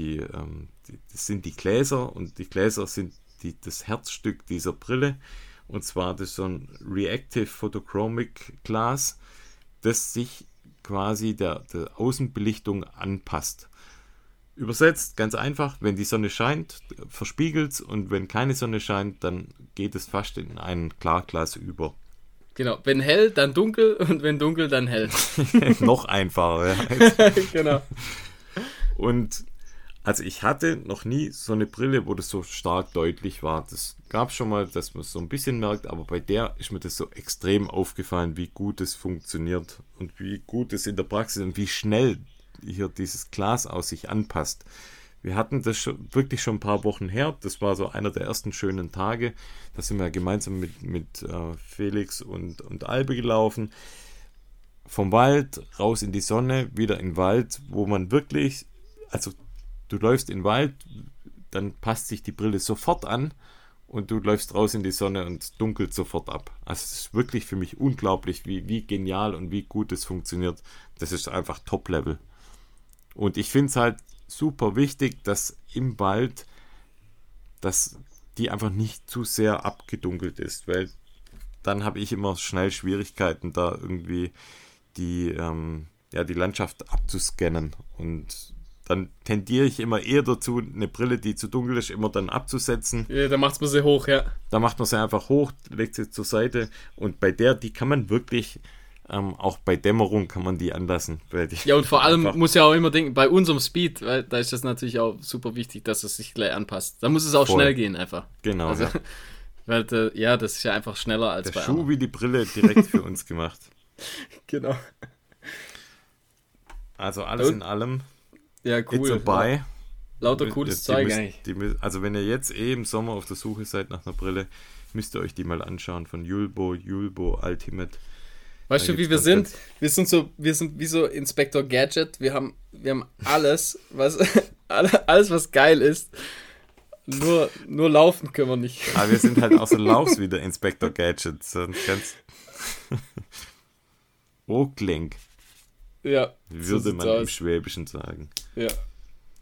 das sind die Gläser und die Gläser sind das Herzstück dieser Brille und zwar das ist so ein Reactive Photochromic Glas, das sich quasi der Außenbelichtung anpasst. Übersetzt, ganz einfach, wenn die Sonne scheint, verspiegelt es und wenn keine Sonne scheint, dann geht es fast in ein Klarglas über. Genau, wenn hell, dann dunkel und wenn dunkel, dann hell. Noch einfacher, ja. Genau. Und also ich hatte noch nie so eine Brille, wo das so stark deutlich war. Das gab es schon mal, dass man es so ein bisschen merkt, aber bei der ist mir das so extrem aufgefallen, wie gut es funktioniert und wie gut es in der Praxis und wie schnell hier dieses Glas aus sich anpasst. Wir hatten das wirklich schon ein paar Wochen her. Das war so einer der ersten schönen Tage. Da sind wir gemeinsam mit Felix und Albe gelaufen. Vom Wald raus in die Sonne, wieder in den Wald, wo man wirklich, also du läufst in den Wald, dann passt sich die Brille sofort an und du läufst raus in die Sonne und dunkelt sofort ab. Also es ist wirklich für mich unglaublich, wie genial und wie gut es funktioniert. Das ist einfach Top-Level. Und ich finde es halt super wichtig, dass im Wald, dass die einfach nicht zu sehr abgedunkelt ist, weil dann habe ich immer schnell Schwierigkeiten, da irgendwie die Landschaft abzuscannen. Und dann tendiere ich immer eher dazu, eine Brille, die zu dunkel ist, immer dann abzusetzen. Ja, da macht man sie hoch, ja. Da macht man sie einfach hoch, legt sie zur Seite und bei die kann man wirklich auch bei Dämmerung kann man die anlassen. Ja, und vor allem muss ja auch immer denken, bei unserem Speed, weil da ist das natürlich auch super wichtig, dass es sich gleich anpasst. Da muss es auch schnell gehen einfach. Genau. Also, ja. Weil das ist ja einfach schneller als der bei Schuh anderen. wie die Brille direkt für uns gemacht. Genau. Also alles in allem. Ja, cool. It's a buy. Lauter cooles Zeug eigentlich. Also wenn ihr jetzt im Sommer auf der Suche seid nach einer Brille, müsst ihr euch die mal anschauen von Julbo Ultimate. Weißt du, wie wir sind? Wir sind wie so Inspector Gadget. Wir haben alles, was geil ist. Nur laufen können wir nicht. Aber wir sind halt auch so Laufs wie der Inspector Gadget. So ganz Oaklenk. Ja. Würde man im Schwäbischen sagen. Ja.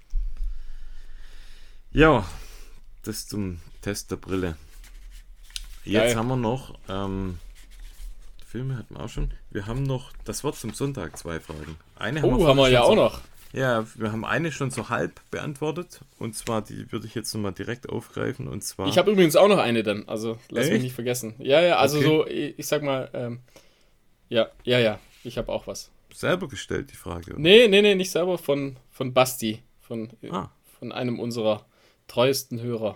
Ja, das zum Test der Brille. Jetzt haben wir noch, Filme hatten wir auch schon. Wir haben noch das Wort zum Sonntag, 2 Fragen. Eine haben wir ja auch noch. Ja, wir haben eine schon so halb beantwortet. Und zwar, die würde ich jetzt nochmal direkt aufgreifen. Und zwar. Ich habe übrigens auch noch eine dann, also lass mich nicht vergessen. Ja, also okay. so, ich sag mal, ja, ich habe auch was. Selber gestellt, die Frage? Oder? Nee, nicht selber, von Basti, von einem unserer treuesten Hörer.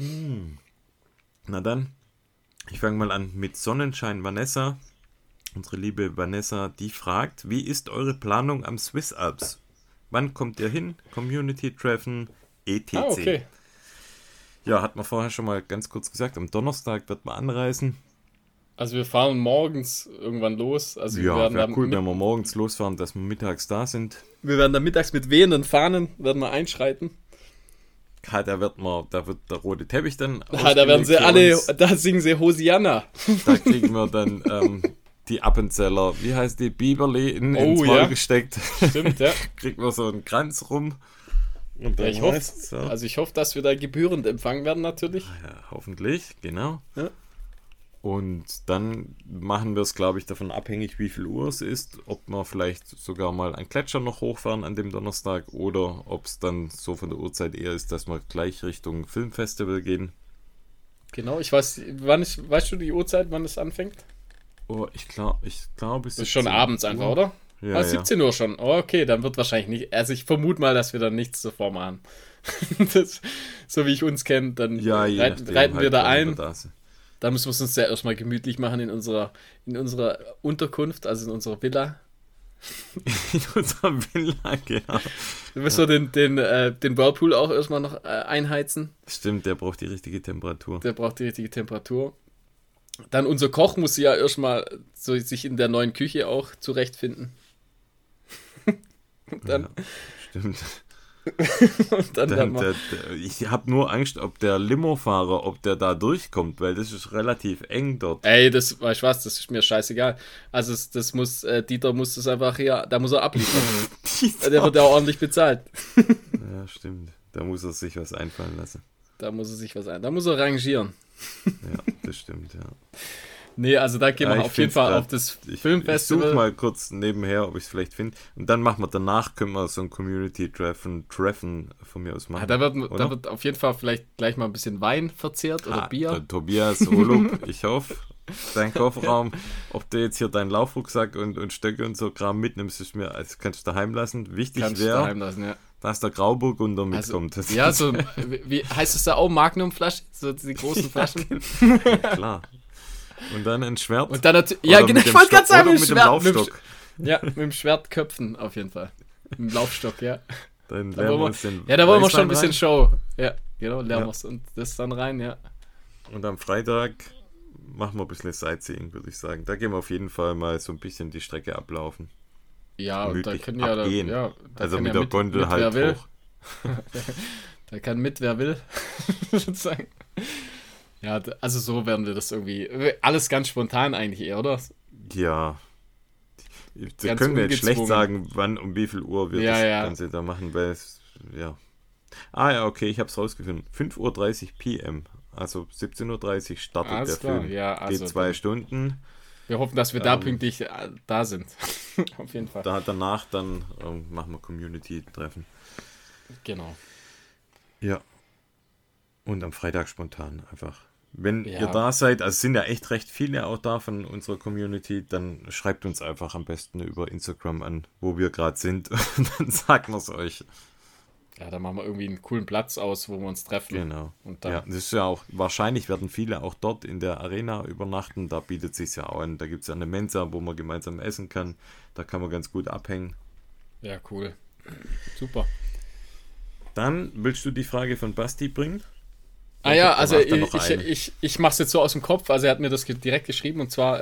Na dann, ich fange mal an mit Sonnenschein Vanessa. Unsere liebe Vanessa, die fragt, wie ist eure Planung am Swiss Alps? Wann kommt ihr hin? Community-Treffen, etc. Okay. Ja, hat man vorher schon mal ganz kurz gesagt, am Donnerstag wird man anreisen. Also wir fahren morgens irgendwann los. Also ja, wäre cool, wenn wir morgens losfahren, dass wir mittags da sind. Wir werden dann mittags mit wehenden Fahnen, werden wir einschreiten. Ja, da wird der rote Teppich dann da werden sie alle, da singen sie Hosianna. Da kriegen wir dann die Appenzeller, wie heißt die, Biberli ins Maul gesteckt. Stimmt, ja. Kriegen wir so einen Kranz rum. Und ich hoffe, dass wir da gebührend empfangen werden natürlich. Ja, hoffentlich, genau. Ja. Und dann machen wir es, glaube ich, davon abhängig, wie viel Uhr es ist, ob wir vielleicht sogar mal einen Gletscher noch hochfahren an dem Donnerstag oder ob es dann so von der Uhrzeit eher ist, dass wir gleich Richtung Filmfestival gehen. Genau, ich weiß, weißt du die Uhrzeit, wann es anfängt? Oh, ich glaube, es ist schon abends einfach, oder? Ja, 17 Uhr schon. Oh, okay, dann wird wahrscheinlich nicht. Also ich vermute mal, dass wir dann nichts zuvor machen. So wie ich uns kenne, dann reiten wir da ein. Da müssen wir es uns ja erstmal gemütlich machen in unserer Unterkunft, also in unserer Villa. In unserer Villa, genau. Wir müssen den Whirlpool auch erstmal noch einheizen. Stimmt, der braucht die richtige Temperatur. Dann unser Koch muss ja erstmal so sich in der neuen Küche auch zurechtfinden. Und dann, ja, stimmt. Und dann ich habe nur Angst, ob der Limofahrer, ob der da durchkommt, weil das ist relativ eng dort. Ey, weißt du was, das ist mir scheißegal. Also Dieter muss das einfach hier, da muss er abliefern. Der wird ja auch ordentlich bezahlt. Ja, stimmt. Da muss er sich was einfallen lassen. Da muss er rangieren. Ja, das stimmt, ja. Nee, also da gehen wir auf jeden Fall auf das Filmfestival. Ich suche mal kurz nebenher, ob ich es vielleicht finde. Und dann können wir so ein Community-Treffen von mir aus machen. Da wird auf jeden Fall vielleicht gleich mal ein bisschen Wein verzehrt oder Bier. Tobias, Olub, ich hoffe, dein Kofferraum, ob du jetzt hier deinen Laufrucksack und Stöcke und so Kram mitnimmst, kannst du daheim lassen. Wichtig wäre, dass der Grauburgunder mitkommt. Ja, so, wie heißt es da auch, Magnumflaschen? So die großen Flaschen? Ja, klar. Und dann ein Schwert. Und dann ja, genau, ich wollte gerade sagen, mit dem Laufstock. Mit dem Schwert köpfen, auf jeden Fall. Mit dem Laufstock, ja. Dann lernen wir uns den da wollen wir schon ein bisschen Show. Ja, genau, lernen wir es und das dann rein, ja. Und am Freitag machen wir ein bisschen Sightseeing, würde ich sagen. Da gehen wir auf jeden Fall mal so ein bisschen die Strecke ablaufen. Ja, und da können abgehen. Also mit der Gondel halt hoch. Da kann wer will, sozusagen. Ja, also so werden wir das irgendwie. Alles ganz spontan eigentlich eher, oder? Ja. Da können wir jetzt schlecht sagen, wann um wie viel Uhr wir das Ganze da machen, weil okay, ich habe es rausgefunden. 5:30 Uhr PM. Also 17:30 Uhr startet der Film. Ja, also geht 2 Stunden. Wir hoffen, dass wir da pünktlich da sind. Auf jeden Fall. Danach dann machen wir Community-Treffen. Genau. Ja. Und am Freitag spontan einfach. Wenn ihr da seid, also es sind ja echt recht viele auch da von unserer Community, dann schreibt uns einfach am besten über Instagram an, wo wir gerade sind. Und dann sagen wir es euch. Ja, dann machen wir irgendwie einen coolen Platz aus, wo wir uns treffen. Genau. Und dann das ist ja auch, wahrscheinlich werden viele auch dort in der Arena übernachten. Da bietet es sich ja auch an. Da gibt es ja eine Mensa, wo man gemeinsam essen kann. Da kann man ganz gut abhängen. Ja, cool. Super. Dann willst du die Frage von Basti bringen? Also ich mache es jetzt so aus dem Kopf. Also er hat mir das direkt geschrieben und zwar,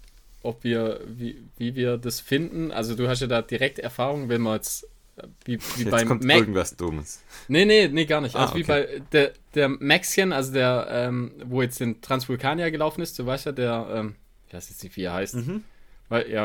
wie wir das finden. Also du hast ja da direkt Erfahrung, wenn man jetzt wie beim kommt irgendwas Dummes. Nee, gar nicht. Also wie bei der Maxchen, also der, wo jetzt den Transvulkanier gelaufen ist, du weißt ja, der, ich weiß jetzt nicht, wie er heißt. Weil,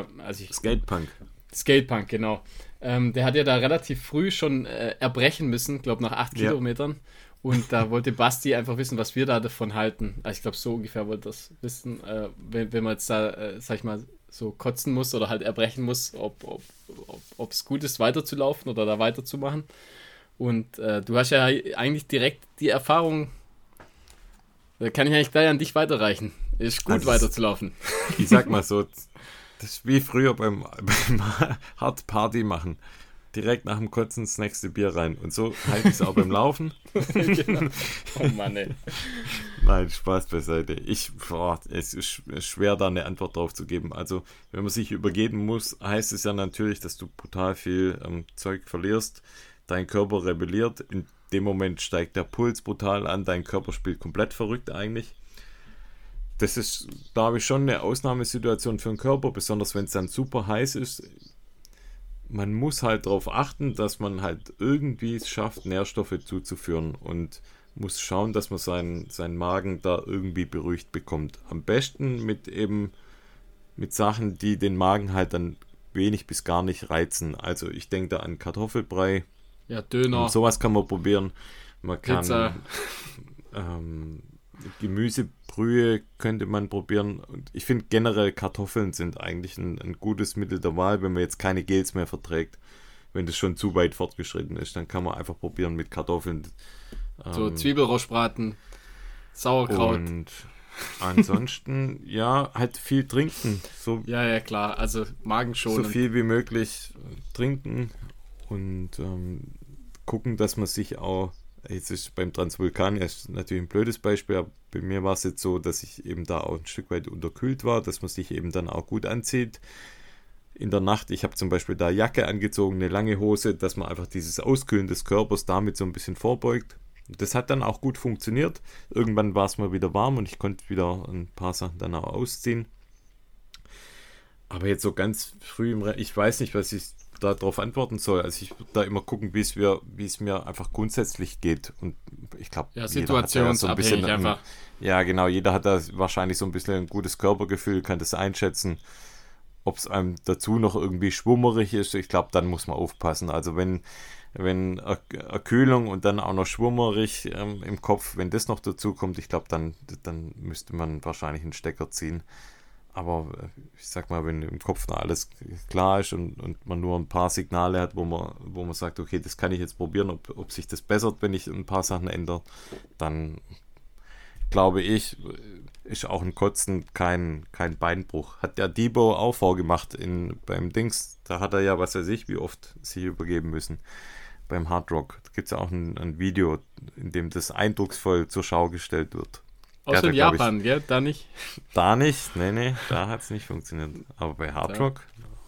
Skatepunk, genau. Der hat ja da relativ früh schon erbrechen müssen, glaube nach 8 Kilometern. Und da wollte Basti einfach wissen, was wir da davon halten. Also ich glaube, so ungefähr wollte das wissen, wenn man jetzt da, sag ich mal, so kotzen muss oder halt erbrechen muss, ob es gut ist, weiterzulaufen oder da weiterzumachen. Und du hast ja eigentlich direkt die Erfahrung, da kann ich eigentlich gleich an dich weiterreichen. Ist gut, also weiterzulaufen. Ich sag mal so, das ist wie früher beim Hard Party machen. Direkt nach dem Kotzen das nächste Bier rein. Und so halte ich es auch beim Laufen. Genau. Oh Mann, ey. Nein, Spaß beiseite. Es ist schwer, da eine Antwort drauf zu geben. Also, wenn man sich übergeben muss, heißt es ja natürlich, dass du brutal viel Zeug verlierst. Dein Körper rebelliert. In dem Moment steigt der Puls brutal an. Dein Körper spielt komplett verrückt eigentlich. Das ist, glaube ich, schon eine Ausnahmesituation für den Körper, besonders wenn es dann super heiß ist. Man muss halt darauf achten, dass man halt irgendwie es schafft, Nährstoffe zuzuführen und muss schauen, dass man seinen Magen da irgendwie beruhigt bekommt. Am besten mit Sachen, die den Magen halt dann wenig bis gar nicht reizen. Also ich denke da an Kartoffelbrei. Ja, Döner. Und sowas kann man probieren. Man kann Pizza. Gemüsebrühe könnte man probieren. Und ich finde generell Kartoffeln sind eigentlich ein gutes Mittel der Wahl, wenn man jetzt keine Gels mehr verträgt. Wenn das schon zu weit fortgeschritten ist, dann kann man einfach probieren mit Kartoffeln. So Zwiebelrostbraten, Sauerkraut. Und ansonsten, ja, halt viel trinken. So, ja, klar. Also Magenschonend. so viel wie möglich trinken und gucken, dass man sich auch. Jetzt ist beim Transvulkan ist natürlich ein blödes Beispiel, aber bei mir war es jetzt so, dass ich eben da auch ein Stück weit unterkühlt war, dass man sich eben dann auch gut anzieht. In der Nacht, ich habe zum Beispiel da Jacke angezogen, eine lange Hose, dass man einfach dieses Auskühlen des Körpers damit so ein bisschen vorbeugt. Das hat dann auch gut funktioniert. Irgendwann war es mal wieder warm und ich konnte wieder ein paar Sachen dann auch ausziehen. Aber jetzt so ganz früh ich weiß nicht, was ich darauf antworten soll. Also ich würde da immer gucken, wie es mir einfach grundsätzlich geht. Und ich glaube, ja, situationsabhängig einfach. Ja, genau. Jeder hat da wahrscheinlich so ein bisschen ein gutes Körpergefühl, kann das einschätzen. Ob es einem dazu noch irgendwie schwummerig ist, ich glaube, dann muss man aufpassen. Also wenn Erkühlung und dann auch noch schwummerig im Kopf, wenn das noch dazu kommt, ich glaube, dann müsste man wahrscheinlich einen Stecker ziehen. Aber ich sag mal, wenn im Kopf noch alles klar ist und man nur ein paar Signale hat, wo man sagt, okay, das kann ich jetzt probieren, ob sich das bessert, wenn ich ein paar Sachen ändere, dann glaube ich, ist auch ein Kotzen kein Beinbruch. Hat der Debo auch vorgemacht beim Dings. Da hat er ja, was weiß ich, wie oft sich übergeben müssen. Beim Hard Rock. Da gibt es ja auch ein Video, in dem das eindrucksvoll zur Schau gestellt wird. Außer in Japan, gell? Da nicht? Da nicht, nee, da hat es nicht funktioniert. Aber bei Hard Rock,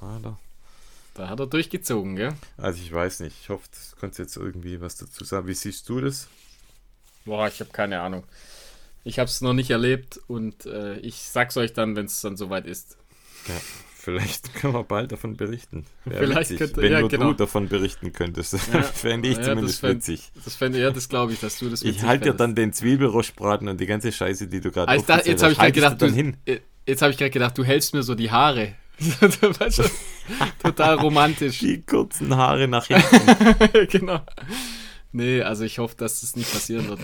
da hat er durchgezogen, gell? Also ich weiß nicht, ich hoffe, du kannst jetzt irgendwie was dazu sagen. Wie siehst du das? Boah, ich habe keine Ahnung. Ich habe es noch nicht erlebt und ich sag's euch dann, wenn es dann soweit ist. Ja, vielleicht können wir bald davon berichten. Vielleicht könnte, wenn nur du davon berichten könntest. Ja. Fände ich zumindest witzig. Das glaube ich, dass du das witzig Ich halte dir dann den Zwiebelrostbraten und die ganze Scheiße, die du gerade jetzt habe ich gerade gedacht, du hältst mir so die Haare. Total romantisch. Die kurzen Haare nach hinten. Genau. Nee, also ich hoffe, dass das nicht passieren wird.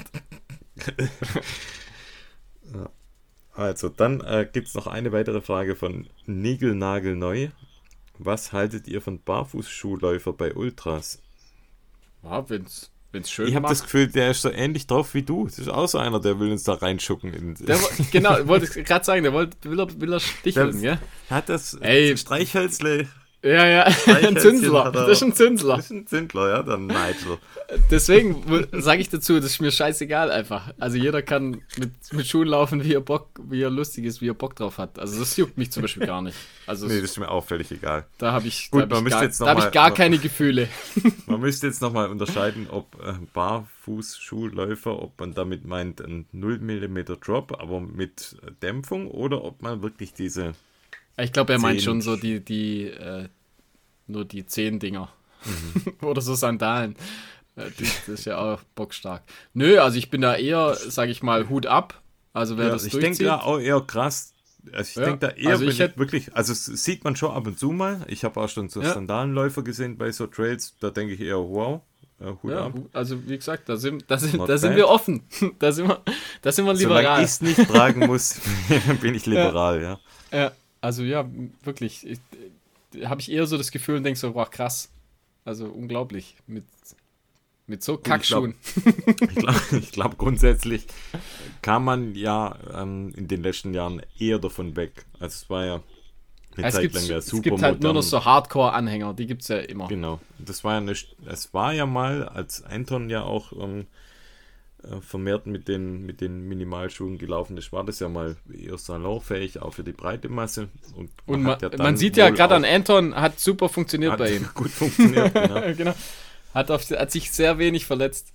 Also, dann gibt es noch eine weitere Frage von Nigelnagelneu. Was haltet ihr von Barfußschuhläufer bei Ultras? Ja, wenn's schön Ich habe das Gefühl, der ist so ähnlich drauf wie du. Das ist auch so einer, der will uns da reinschucken. Genau, wollte ich gerade sagen, will er sticheln, ja? Hat das Streichhölzle. Ja, ein Zünsler. Das ist ein Zünsler. Das ist ein Zündler, ja, dann Nigel. Deswegen sage ich dazu, das ist mir scheißegal einfach. Also jeder kann mit Schuhen laufen, wie er lustig ist, wie er Bock drauf hat. Also das juckt mich zum Beispiel gar nicht. Also nee, das ist mir auch völlig egal. Da habe ich gar keine Gefühle. Man müsste jetzt nochmal unterscheiden, ob Barfußschuhläufer, ob man damit meint ein 0 mm Drop, aber mit Dämpfung, oder ob man wirklich diese... Ich glaube, er meint schon so nur die 10 Dinger. Oder so Sandalen. Das ist ja auch bockstark. Nö, also ich bin da eher, sage ich mal, Hut ab. Also wer das durchzieht. Ich denke da auch eher krass. Also ich denke da eher, wirklich, also es sieht man schon ab und zu mal. Ich habe auch schon so Sandalenläufer gesehen bei so Trails. Da denke ich eher, wow. Hut ab. Also wie gesagt, da sind wir offen. Da sind wir liberal. Solange ich es nicht tragen muss, bin ich liberal, ja. Ja, also ja, wirklich. Habe ich eher so das Gefühl und denke so, boah, krass. Also unglaublich. Mit so Kackschuhen. Ich glaube, grundsätzlich kam man ja in den letzten Jahren eher davon weg. Also es war ja eine Zeit lang ja super. Es gibt halt nur noch so Hardcore-Anhänger, die gibt es ja immer. Genau. Es war ja mal, als Anton ja auch vermehrt mit den Minimalschuhen gelaufen ist, war das ja mal eher salonfähig, auch für die breite Masse. Und man sieht ja gerade an Anton, hat super funktioniert bei ihm. Gut funktioniert, genau. Genau. Hat sich sehr wenig verletzt.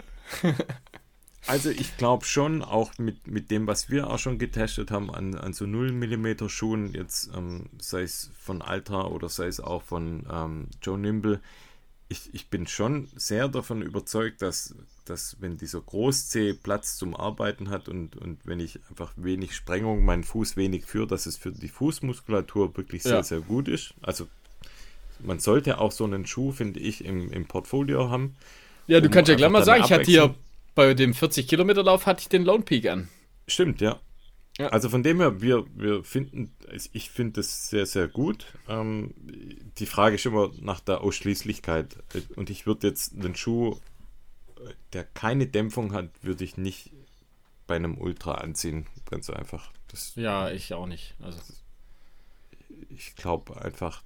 Also ich glaube schon, auch mit dem, was wir auch schon getestet haben, an so 0 mm Schuhen, jetzt sei es von Altra oder sei es auch von Joe Nimble, ich bin schon sehr davon überzeugt, dass wenn dieser Großzeh Platz zum Arbeiten hat und wenn ich einfach wenig Sprengung, meinen Fuß wenig führe, dass es für die Fußmuskulatur wirklich sehr, sehr gut ist. Also man sollte auch so einen Schuh, finde ich, im Portfolio haben. Ja, du kannst ja gleich mal sagen, ich hatte hier bei dem 40-Kilometer-Lauf hatte ich den Lone Peak an. Stimmt, ja. Also von dem her, ich finde das sehr, sehr gut. Die Frage ist immer nach der Ausschließlichkeit. Und ich würde jetzt einen Schuh, der keine Dämpfung hat, würde ich nicht bei einem Ultra anziehen. Ganz einfach. Ja, ich auch nicht. Also. Ich glaube einfach,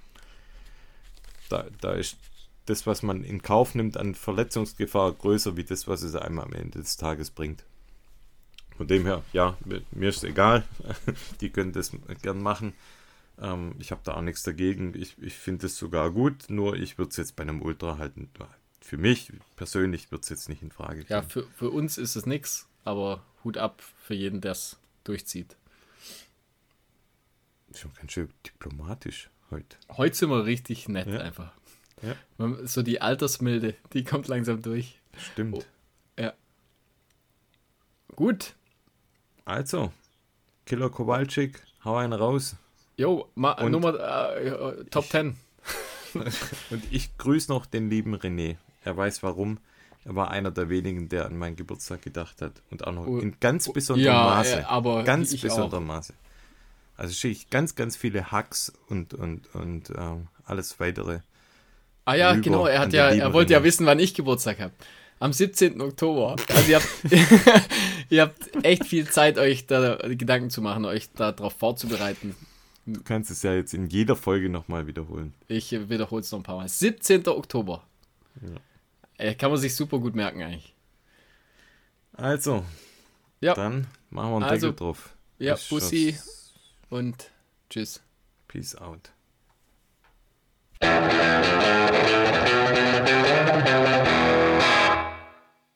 da ist das, was man in Kauf nimmt an Verletzungsgefahr, größer wie das, was es einem am Ende des Tages bringt. Von dem her, ja, mir ist es egal. Die können das gern machen. Ich habe da auch nichts dagegen. Ich finde es sogar gut, nur ich würde es jetzt bei einem Ultra halten. Für mich persönlich wird es jetzt nicht in Frage kommen. Ja, für uns ist es nichts, aber Hut ab für jeden, der es durchzieht. Schon ganz schön diplomatisch heute. Heute sind wir richtig nett einfach. Ja. So die Altersmilde, die kommt langsam durch. Stimmt. Oh, ja. Gut. Also, Killer Kowalczyk, hau einen raus. Jo, Top 10. Und ich grüße noch den lieben René. Er weiß warum. Er war einer der wenigen, der an meinen Geburtstag gedacht hat. Und auch noch in ganz besonderem Maße. Aber ganz besonderem Maße. Also schicke ich ganz, ganz viele Hacks und alles weitere. Ah ja, genau, er wollte ja wissen, wann ich Geburtstag habe. Am 17. Oktober. Also ihr habt echt viel Zeit, euch da Gedanken zu machen, euch darauf vorzubereiten. Du kannst es ja jetzt in jeder Folge nochmal wiederholen. Ich wiederhole es noch ein paar Mal. 17. Oktober. Ja. Kann man sich super gut merken eigentlich. Also, dann machen wir einen Deckel drauf. Ja, Bussi und tschüss. Peace out.